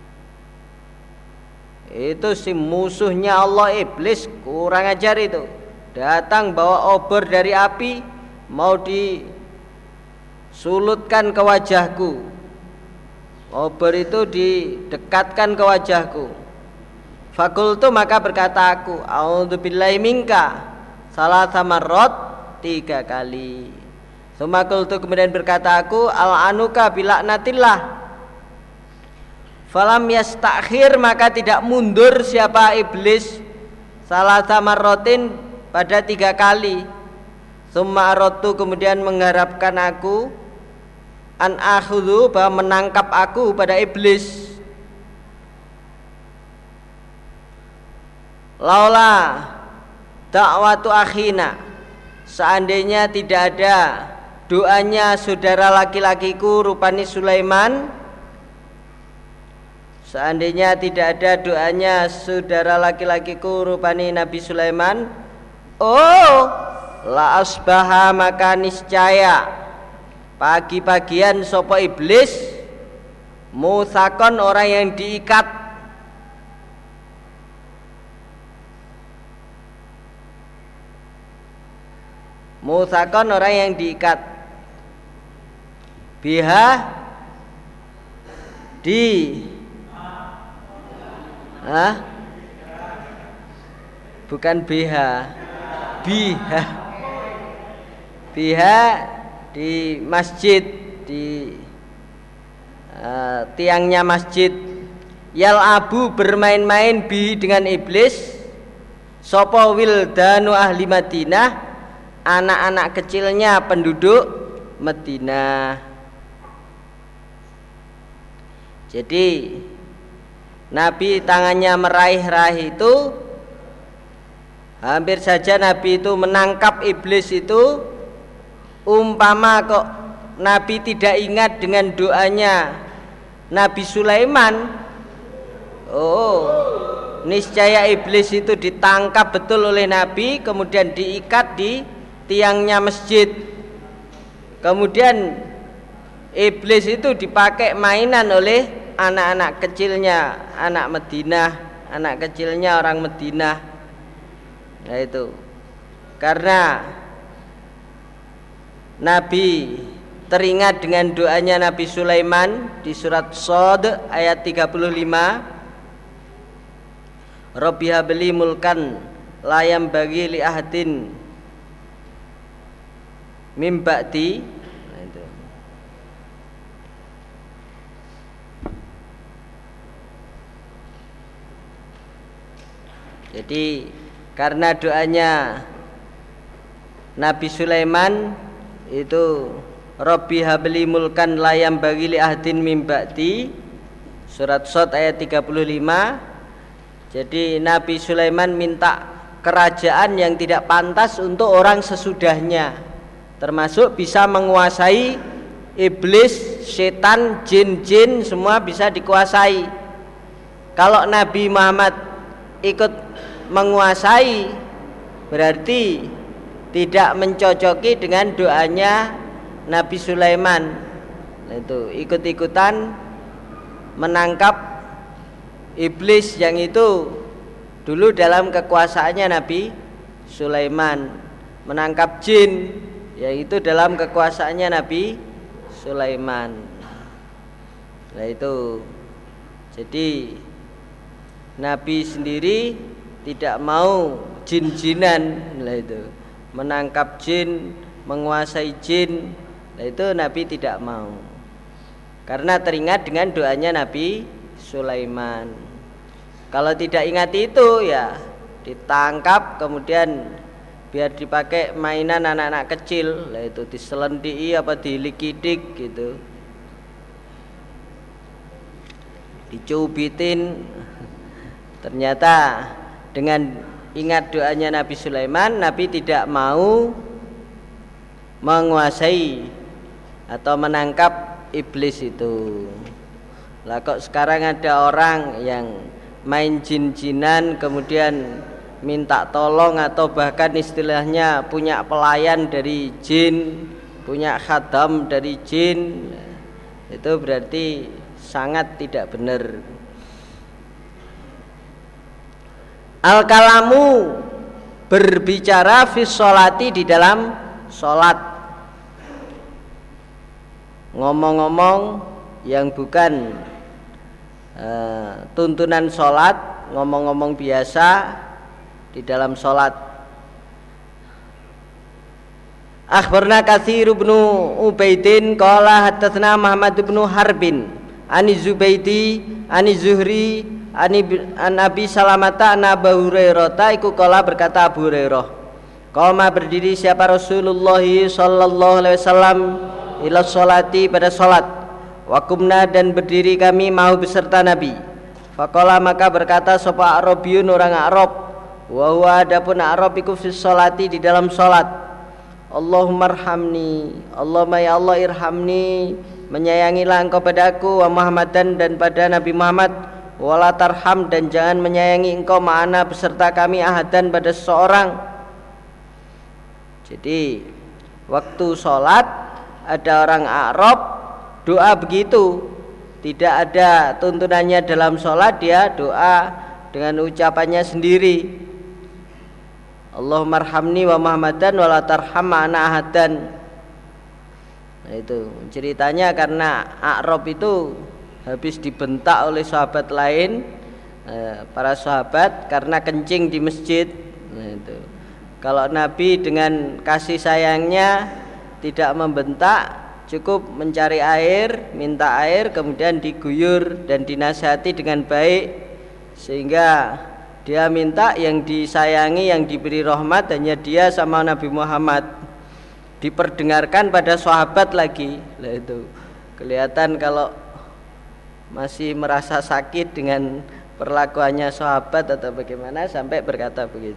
Itu si musuhnya Allah iblis, kurang ajar itu, datang bawa obor dari api mau disulutkan ke wajahku. Obor itu didekatkan ke wajahku. Fakultu maka berkata aku, a'udzubillahi minka salasa marrat 3 kali. Sumakultu kemudian berkata aku, al-anuka bilaknatillah. Falam yastakhir maka tidak mundur siapa iblis salasa marratin pada 3 kali. Summa aradtu kemudian mengharapkan aku an akhudhu bahwa menangkap aku pada iblis. Laula da'watu akhina, seandainya tidak ada doanya saudara laki-lakiku rupani Sulaiman, seandainya tidak ada doanya saudara laki-lakiku rupani Nabi Sulaiman, oh la asbaha maka niscaya pagi-pagian sopo iblis musakon orang yang diikat, musakon orang yang diikat, biha di bukan biha, biha, biha di masjid, di tiangnya masjid. Yal abu bermain-main bi dengan iblis, sopo wildanu ahli Madinah, anak-anak kecilnya penduduk Madinah. Jadi Nabi tangannya meraih-raih itu, hampir saja Nabi itu menangkap iblis itu. Umpama kok Nabi tidak ingat dengan doanya Nabi Sulaiman, oh niscaya iblis itu ditangkap betul oleh Nabi, kemudian diikat di tiangnya masjid. Kemudian iblis itu dipakai mainan oleh anak-anak kecilnya, anak Madinah, anak kecilnya orang Madinah. Nah itu karena Nabi teringat dengan doanya Nabi Sulaiman di surat Shad ayat 35, Rabbi habli mulkan layam bagi li ahadin mim ba'di. Nah, itu. Jadi karena doanya Nabi Sulaiman itu Rabbi habli mulkan layam bagi li ahadin mim ba'di, surat Shad ayat 35. Jadi Nabi Sulaiman minta kerajaan yang tidak pantas untuk orang sesudahnya, termasuk bisa menguasai iblis, setan, jin-jin, semua bisa dikuasai. Kalau Nabi Muhammad ikut menguasai, berarti tidak mencocoki dengan doanya Nabi Sulaiman. Nah, itu ikut-ikutan menangkap iblis yang itu dulu dalam kekuasaannya Nabi Sulaiman, menangkap jin yaitu dalam kekuasaannya Nabi Sulaiman. Nah, itu jadi Nabi sendiri tidak mau jin-jinan. Nah, itu menangkap jin, menguasai jin. Nah, itu Nabi tidak mau karena teringat dengan doanya Nabi Sulaiman. Kalau tidak ingat itu ya ditangkap, kemudian biar dipakai mainan anak-anak kecil, lah itu diselendii apa dilikidik gitu, dicubitin. Ternyata dengan ingat doanya Nabi Sulaiman, Nabi tidak mau menguasai atau menangkap iblis itu. Lah kok sekarang ada orang yang main jin-jinan kemudian minta tolong atau bahkan istilahnya punya pelayan dari jin, punya khadam dari jin, itu berarti sangat tidak benar. Al-kalamu berbicara fi sholati di dalam sholat, ngomong-ngomong yang bukan tuntunan sholat, ngomong-ngomong biasa di dalam sholat. Akhbarna Katsir bin Ubaidin qala hadatsana Muhammad bin Harbin ani Zubaidi ani Zuhri an Abi Salamata an Abu Hurairah iku qala berkata Abu Hurairah, qama berdiri siapa Rasulullah sallallahu alaihi wasallam ila sholati pada sholat, wakumna dan berdiri kami mau beserta Nabi. Faqala maka berkata sapa Arabiyun orang Arab, wa huwa adapun Arab iku fi sholati di dalam sholat, Allahumma arhamni, Allahumma ya Allah irhamni, menyayangilah engkau padaku, wa Muhammadan dan pada Nabi Muhammad, wala tarham dan jangan menyayangi engkau ma'ana beserta kami ahadan pada seseorang. Jadi waktu sholat ada orang Arab doa begitu, tidak ada tuntunannya dalam sholat, dia doa dengan ucapannya sendiri, Allahumma arhamni wa Muhammadan wa la tarham ma'ana ahadan. Nah, itu ceritanya karena Arab itu habis dibentak oleh sahabat lain, para sahabat karena kencing di masjid. Nah, itu kalau Nabi dengan kasih sayangnya tidak membentak, cukup mencari air, minta air, kemudian diguyur dan dinasihati dengan baik, sehingga dia minta yang disayangi, yang diberi rahmat hanya dia sama Nabi Muhammad. Diperdengarkan pada sahabat lagi. Nah, itu kelihatan kalau masih merasa sakit dengan perlakuannya sahabat atau bagaimana sampai berkata begitu.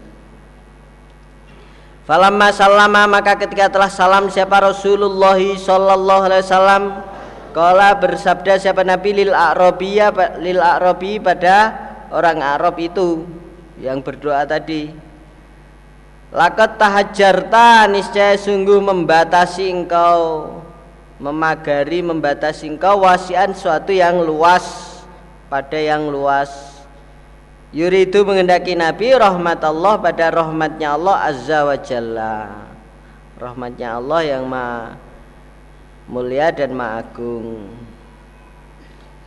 Falamma sallama maka ketika telah salam siapa Rasulullah sallallahu alaihi wasallam, qala bersabda siapa Nabi lil a'rabi pada orang Arab itu yang berdoa tadi, laqad tahajjarta, niscaya sungguh membatasi engkau, memagari, membatasi engkau, wasian suatu yang luas, pada yang luas. Yuridu menghendaki Nabi rahmat Allah pada rahmatnya Allah azza wa jalla, rahmatnya Allah yang maha mulia dan maha agung.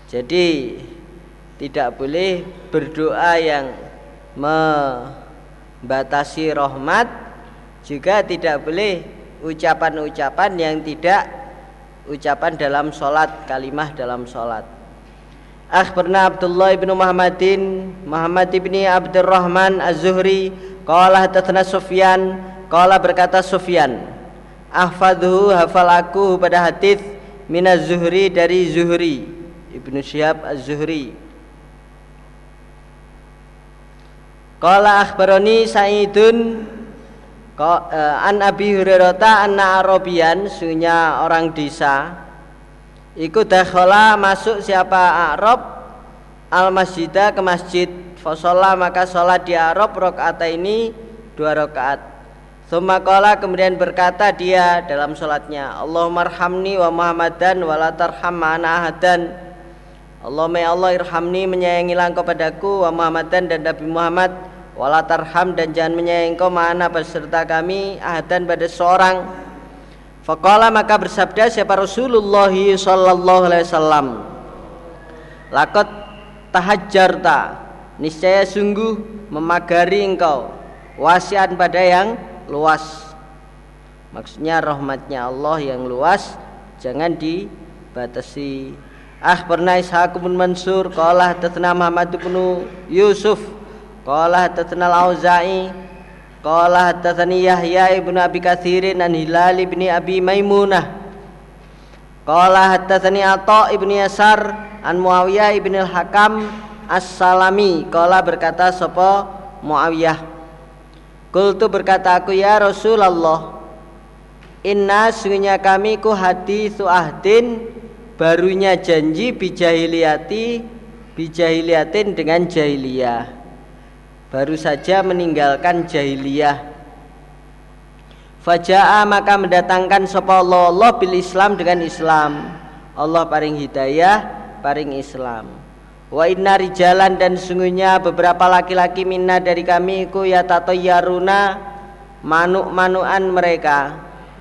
Jadi tidak boleh berdoa yang batasi rahmat, juga tidak boleh ucapan-ucapan yang tidak ucapan dalam sholat, kalimah dalam sholat. Akhbarna Abdullah ibn Muhammad ibni Abdurrahman Az-Zuhri qala hadatsana Sufyan qala berkata Sufyan, ahfadhu hafal aku pada hadis minaz Zuhri dari Zuhri Ibnu Syihab Az-Zuhri. Qala akhbarani Sa'idun an Abi Hurairah anna Arabian, sunya orang desa iku dakhala masuk siapa Arab al masjidah ke masjid, fasalla maka salat di Arab rakaataini 2 rakaat. Tsumma qala kemudian berkata dia dalam salatnya, Allahumma arhamni wa Muhammadan wa la tarham ma'ana ahadan. Allahumma ya Allah irhamni, menyayangilah engkau padaku, wa Muhammadan dan Nabi Muhammad, wala tarham dan jangan menyayangi engkau ma'ana beserta kami ahadan pada seorang. Faqala maka bersabda siapa Rasulullah sallallahu alaihi wasallam, laqad tahajjarta, niscaya sungguh memagari engkau, wasian pada yang luas. Maksudnya rahmatnya Allah yang luas jangan dibatasi. Akhbarna Ishaq bin Mansur qala hadatsana Muhammad bin Yusuf qala hadatsana Al-Auza'i qala hadatsani Yahya ibn Abi Katsirin an Hilal ibn Abi Maimunah qala hadatsani Atha ibn Yasar an Muawiyah ibn al-Hakam As-Salami qala berkata sapa Muawiyah, qultu berkata aku ya Rasulullah, inna sungguhnya kami ku haditsu ahdin, barunya janji bijahiliyatin dengan jahiliyah, baru saja meninggalkan jahiliyah. Faja'a maka mendatangkan sapa Allah bil Islam dengan Islam, Allah paring hidayah paring Islam. Wa inna rijalan dan sungguhnya beberapa laki-laki minna dari kami iku yatatayyaruna manuk-manukan mereka.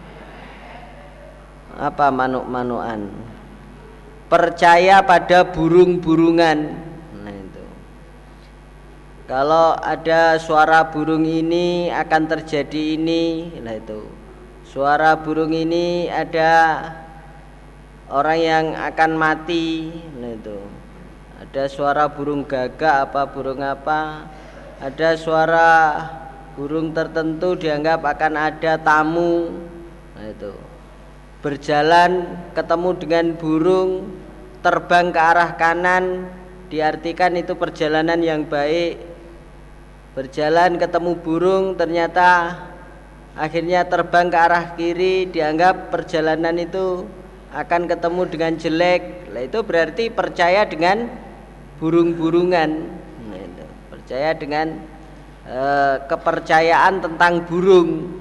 Apa manuk-manukan? Percaya pada burung-burungan. Nah itu. Kalau ada suara burung ini akan terjadi ini, nah itu. Suara burung ini ada orang yang akan mati, nah itu. Ada suara burung gagak apa burung apa, ada suara burung tertentu dianggap akan ada tamu, nah itu. Berjalan ketemu dengan burung terbang ke arah kanan diartikan itu perjalanan yang baik. Berjalan ketemu burung ternyata akhirnya terbang ke arah kiri dianggap perjalanan itu akan ketemu dengan jelek. Nah, itu berarti percaya dengan burung-burungan. Nah, itu. Percaya dengan kepercayaan tentang burung.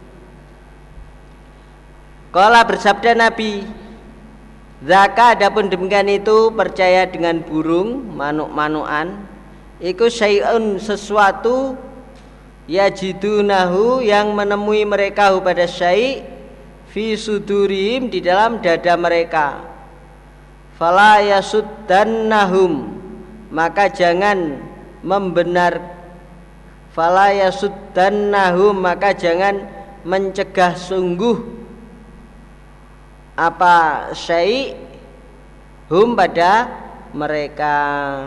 Qala bersabda Nabi, zaka adapun demikian itu percaya dengan burung, manuk-manukan, iku syai'un sesuatu yajidunahu yang menemui mereka pada syai' fi sudurihim di dalam dada mereka. Fala yasuddannahum maka jangan maka jangan mencegah sungguh apa syai' hum pada mereka.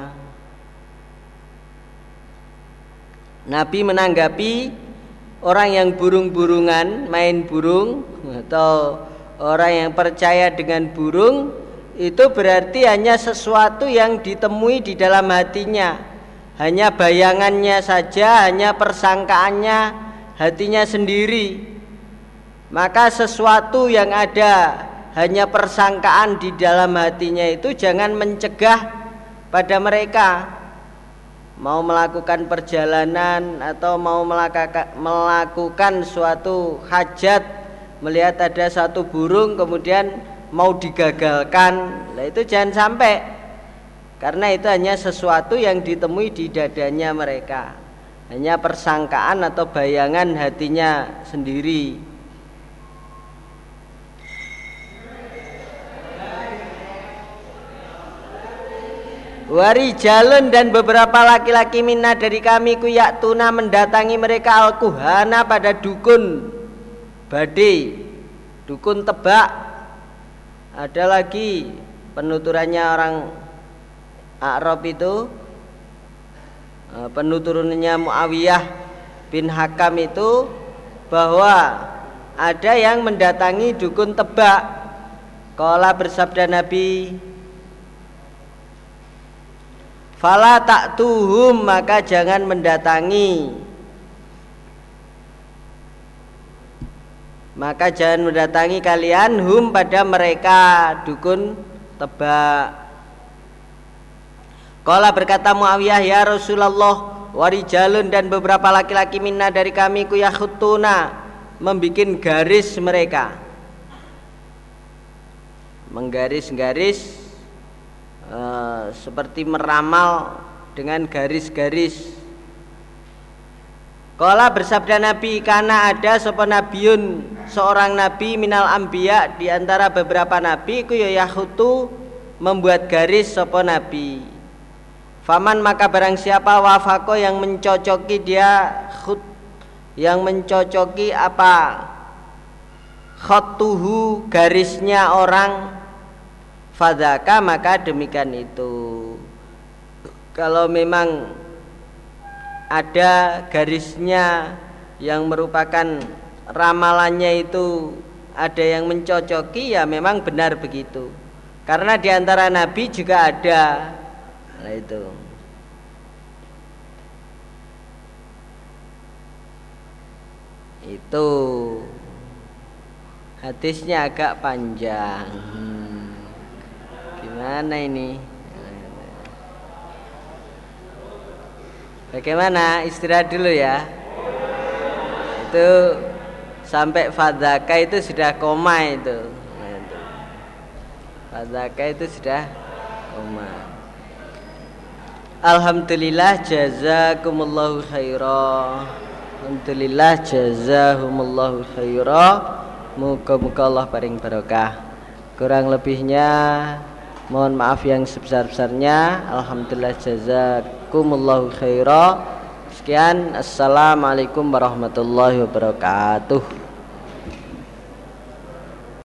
Nabi menanggapi orang yang burung-burungan, main burung, atau orang yang percaya dengan burung, itu berarti hanya sesuatu yang ditemui di dalam hatinya, hanya bayangannya saja, hanya persangkaannya, hatinya sendiri. Maka sesuatu yang ada hanya persangkaan di dalam hatinya itu jangan mencegah pada mereka mau melakukan perjalanan atau mau melakukan suatu hajat, melihat ada satu burung kemudian mau digagalkan. Nah, itu jangan sampai, karena itu hanya sesuatu yang ditemui di dadanya mereka, hanya persangkaan atau bayangan hatinya sendiri. Warijalun dan beberapa laki-laki minna dari kami ku yaktuna mendatangi mereka al-kuhana pada dukun badai, dukun tebak. Ada lagi penuturannya orang Arab itu, penuturunnya Muawiyah bin Hakam itu, bahwa ada yang mendatangi dukun tebak. Qala bersabda Nabi, fala ta'tuhum, maka jangan mendatangi, maka jangan mendatangi kalian hum pada mereka dukun tebak. Qala berkata Muawiyah, ya Rasulullah, warijalun dan beberapa laki-laki minna dari kami ku yakhutuna, membikin garis mereka, menggaris-garis seperti meramal dengan garis-garis. Qala bersabda Nabi, karena ada sapa nabiun, seorang nabi minal anbiya, di antara beberapa nabi ku ya yakhutu, membuat garis sapa nabi. Faman, maka barang siapa wafako yang mencocoki dia khut, yang mencocoki apa khottuhu, garisnya orang, fadzaka, maka demikian itu. Kalau memang ada garisnya yang merupakan ramalannya itu ada yang mencocoki, ya memang benar begitu. Karena di antara nabi juga ada. Nah itu hadisnya agak panjang. Gimana ini? Bagaimana? Istirahat dulu ya. Itu sampai fadzaka itu sudah koma itu. Fadzaka itu sudah koma. Alhamdulillah, jazakumullahu khairan. Alhamdulillah, jazahumullahu khairan. Muga-muga Allah paring barokah. Kurang lebihnya mohon maaf yang sebesar-besarnya. Alhamdulillah, jazakumullahu khairan. Sekian, assalamualaikum warahmatullahi wabarakatuh.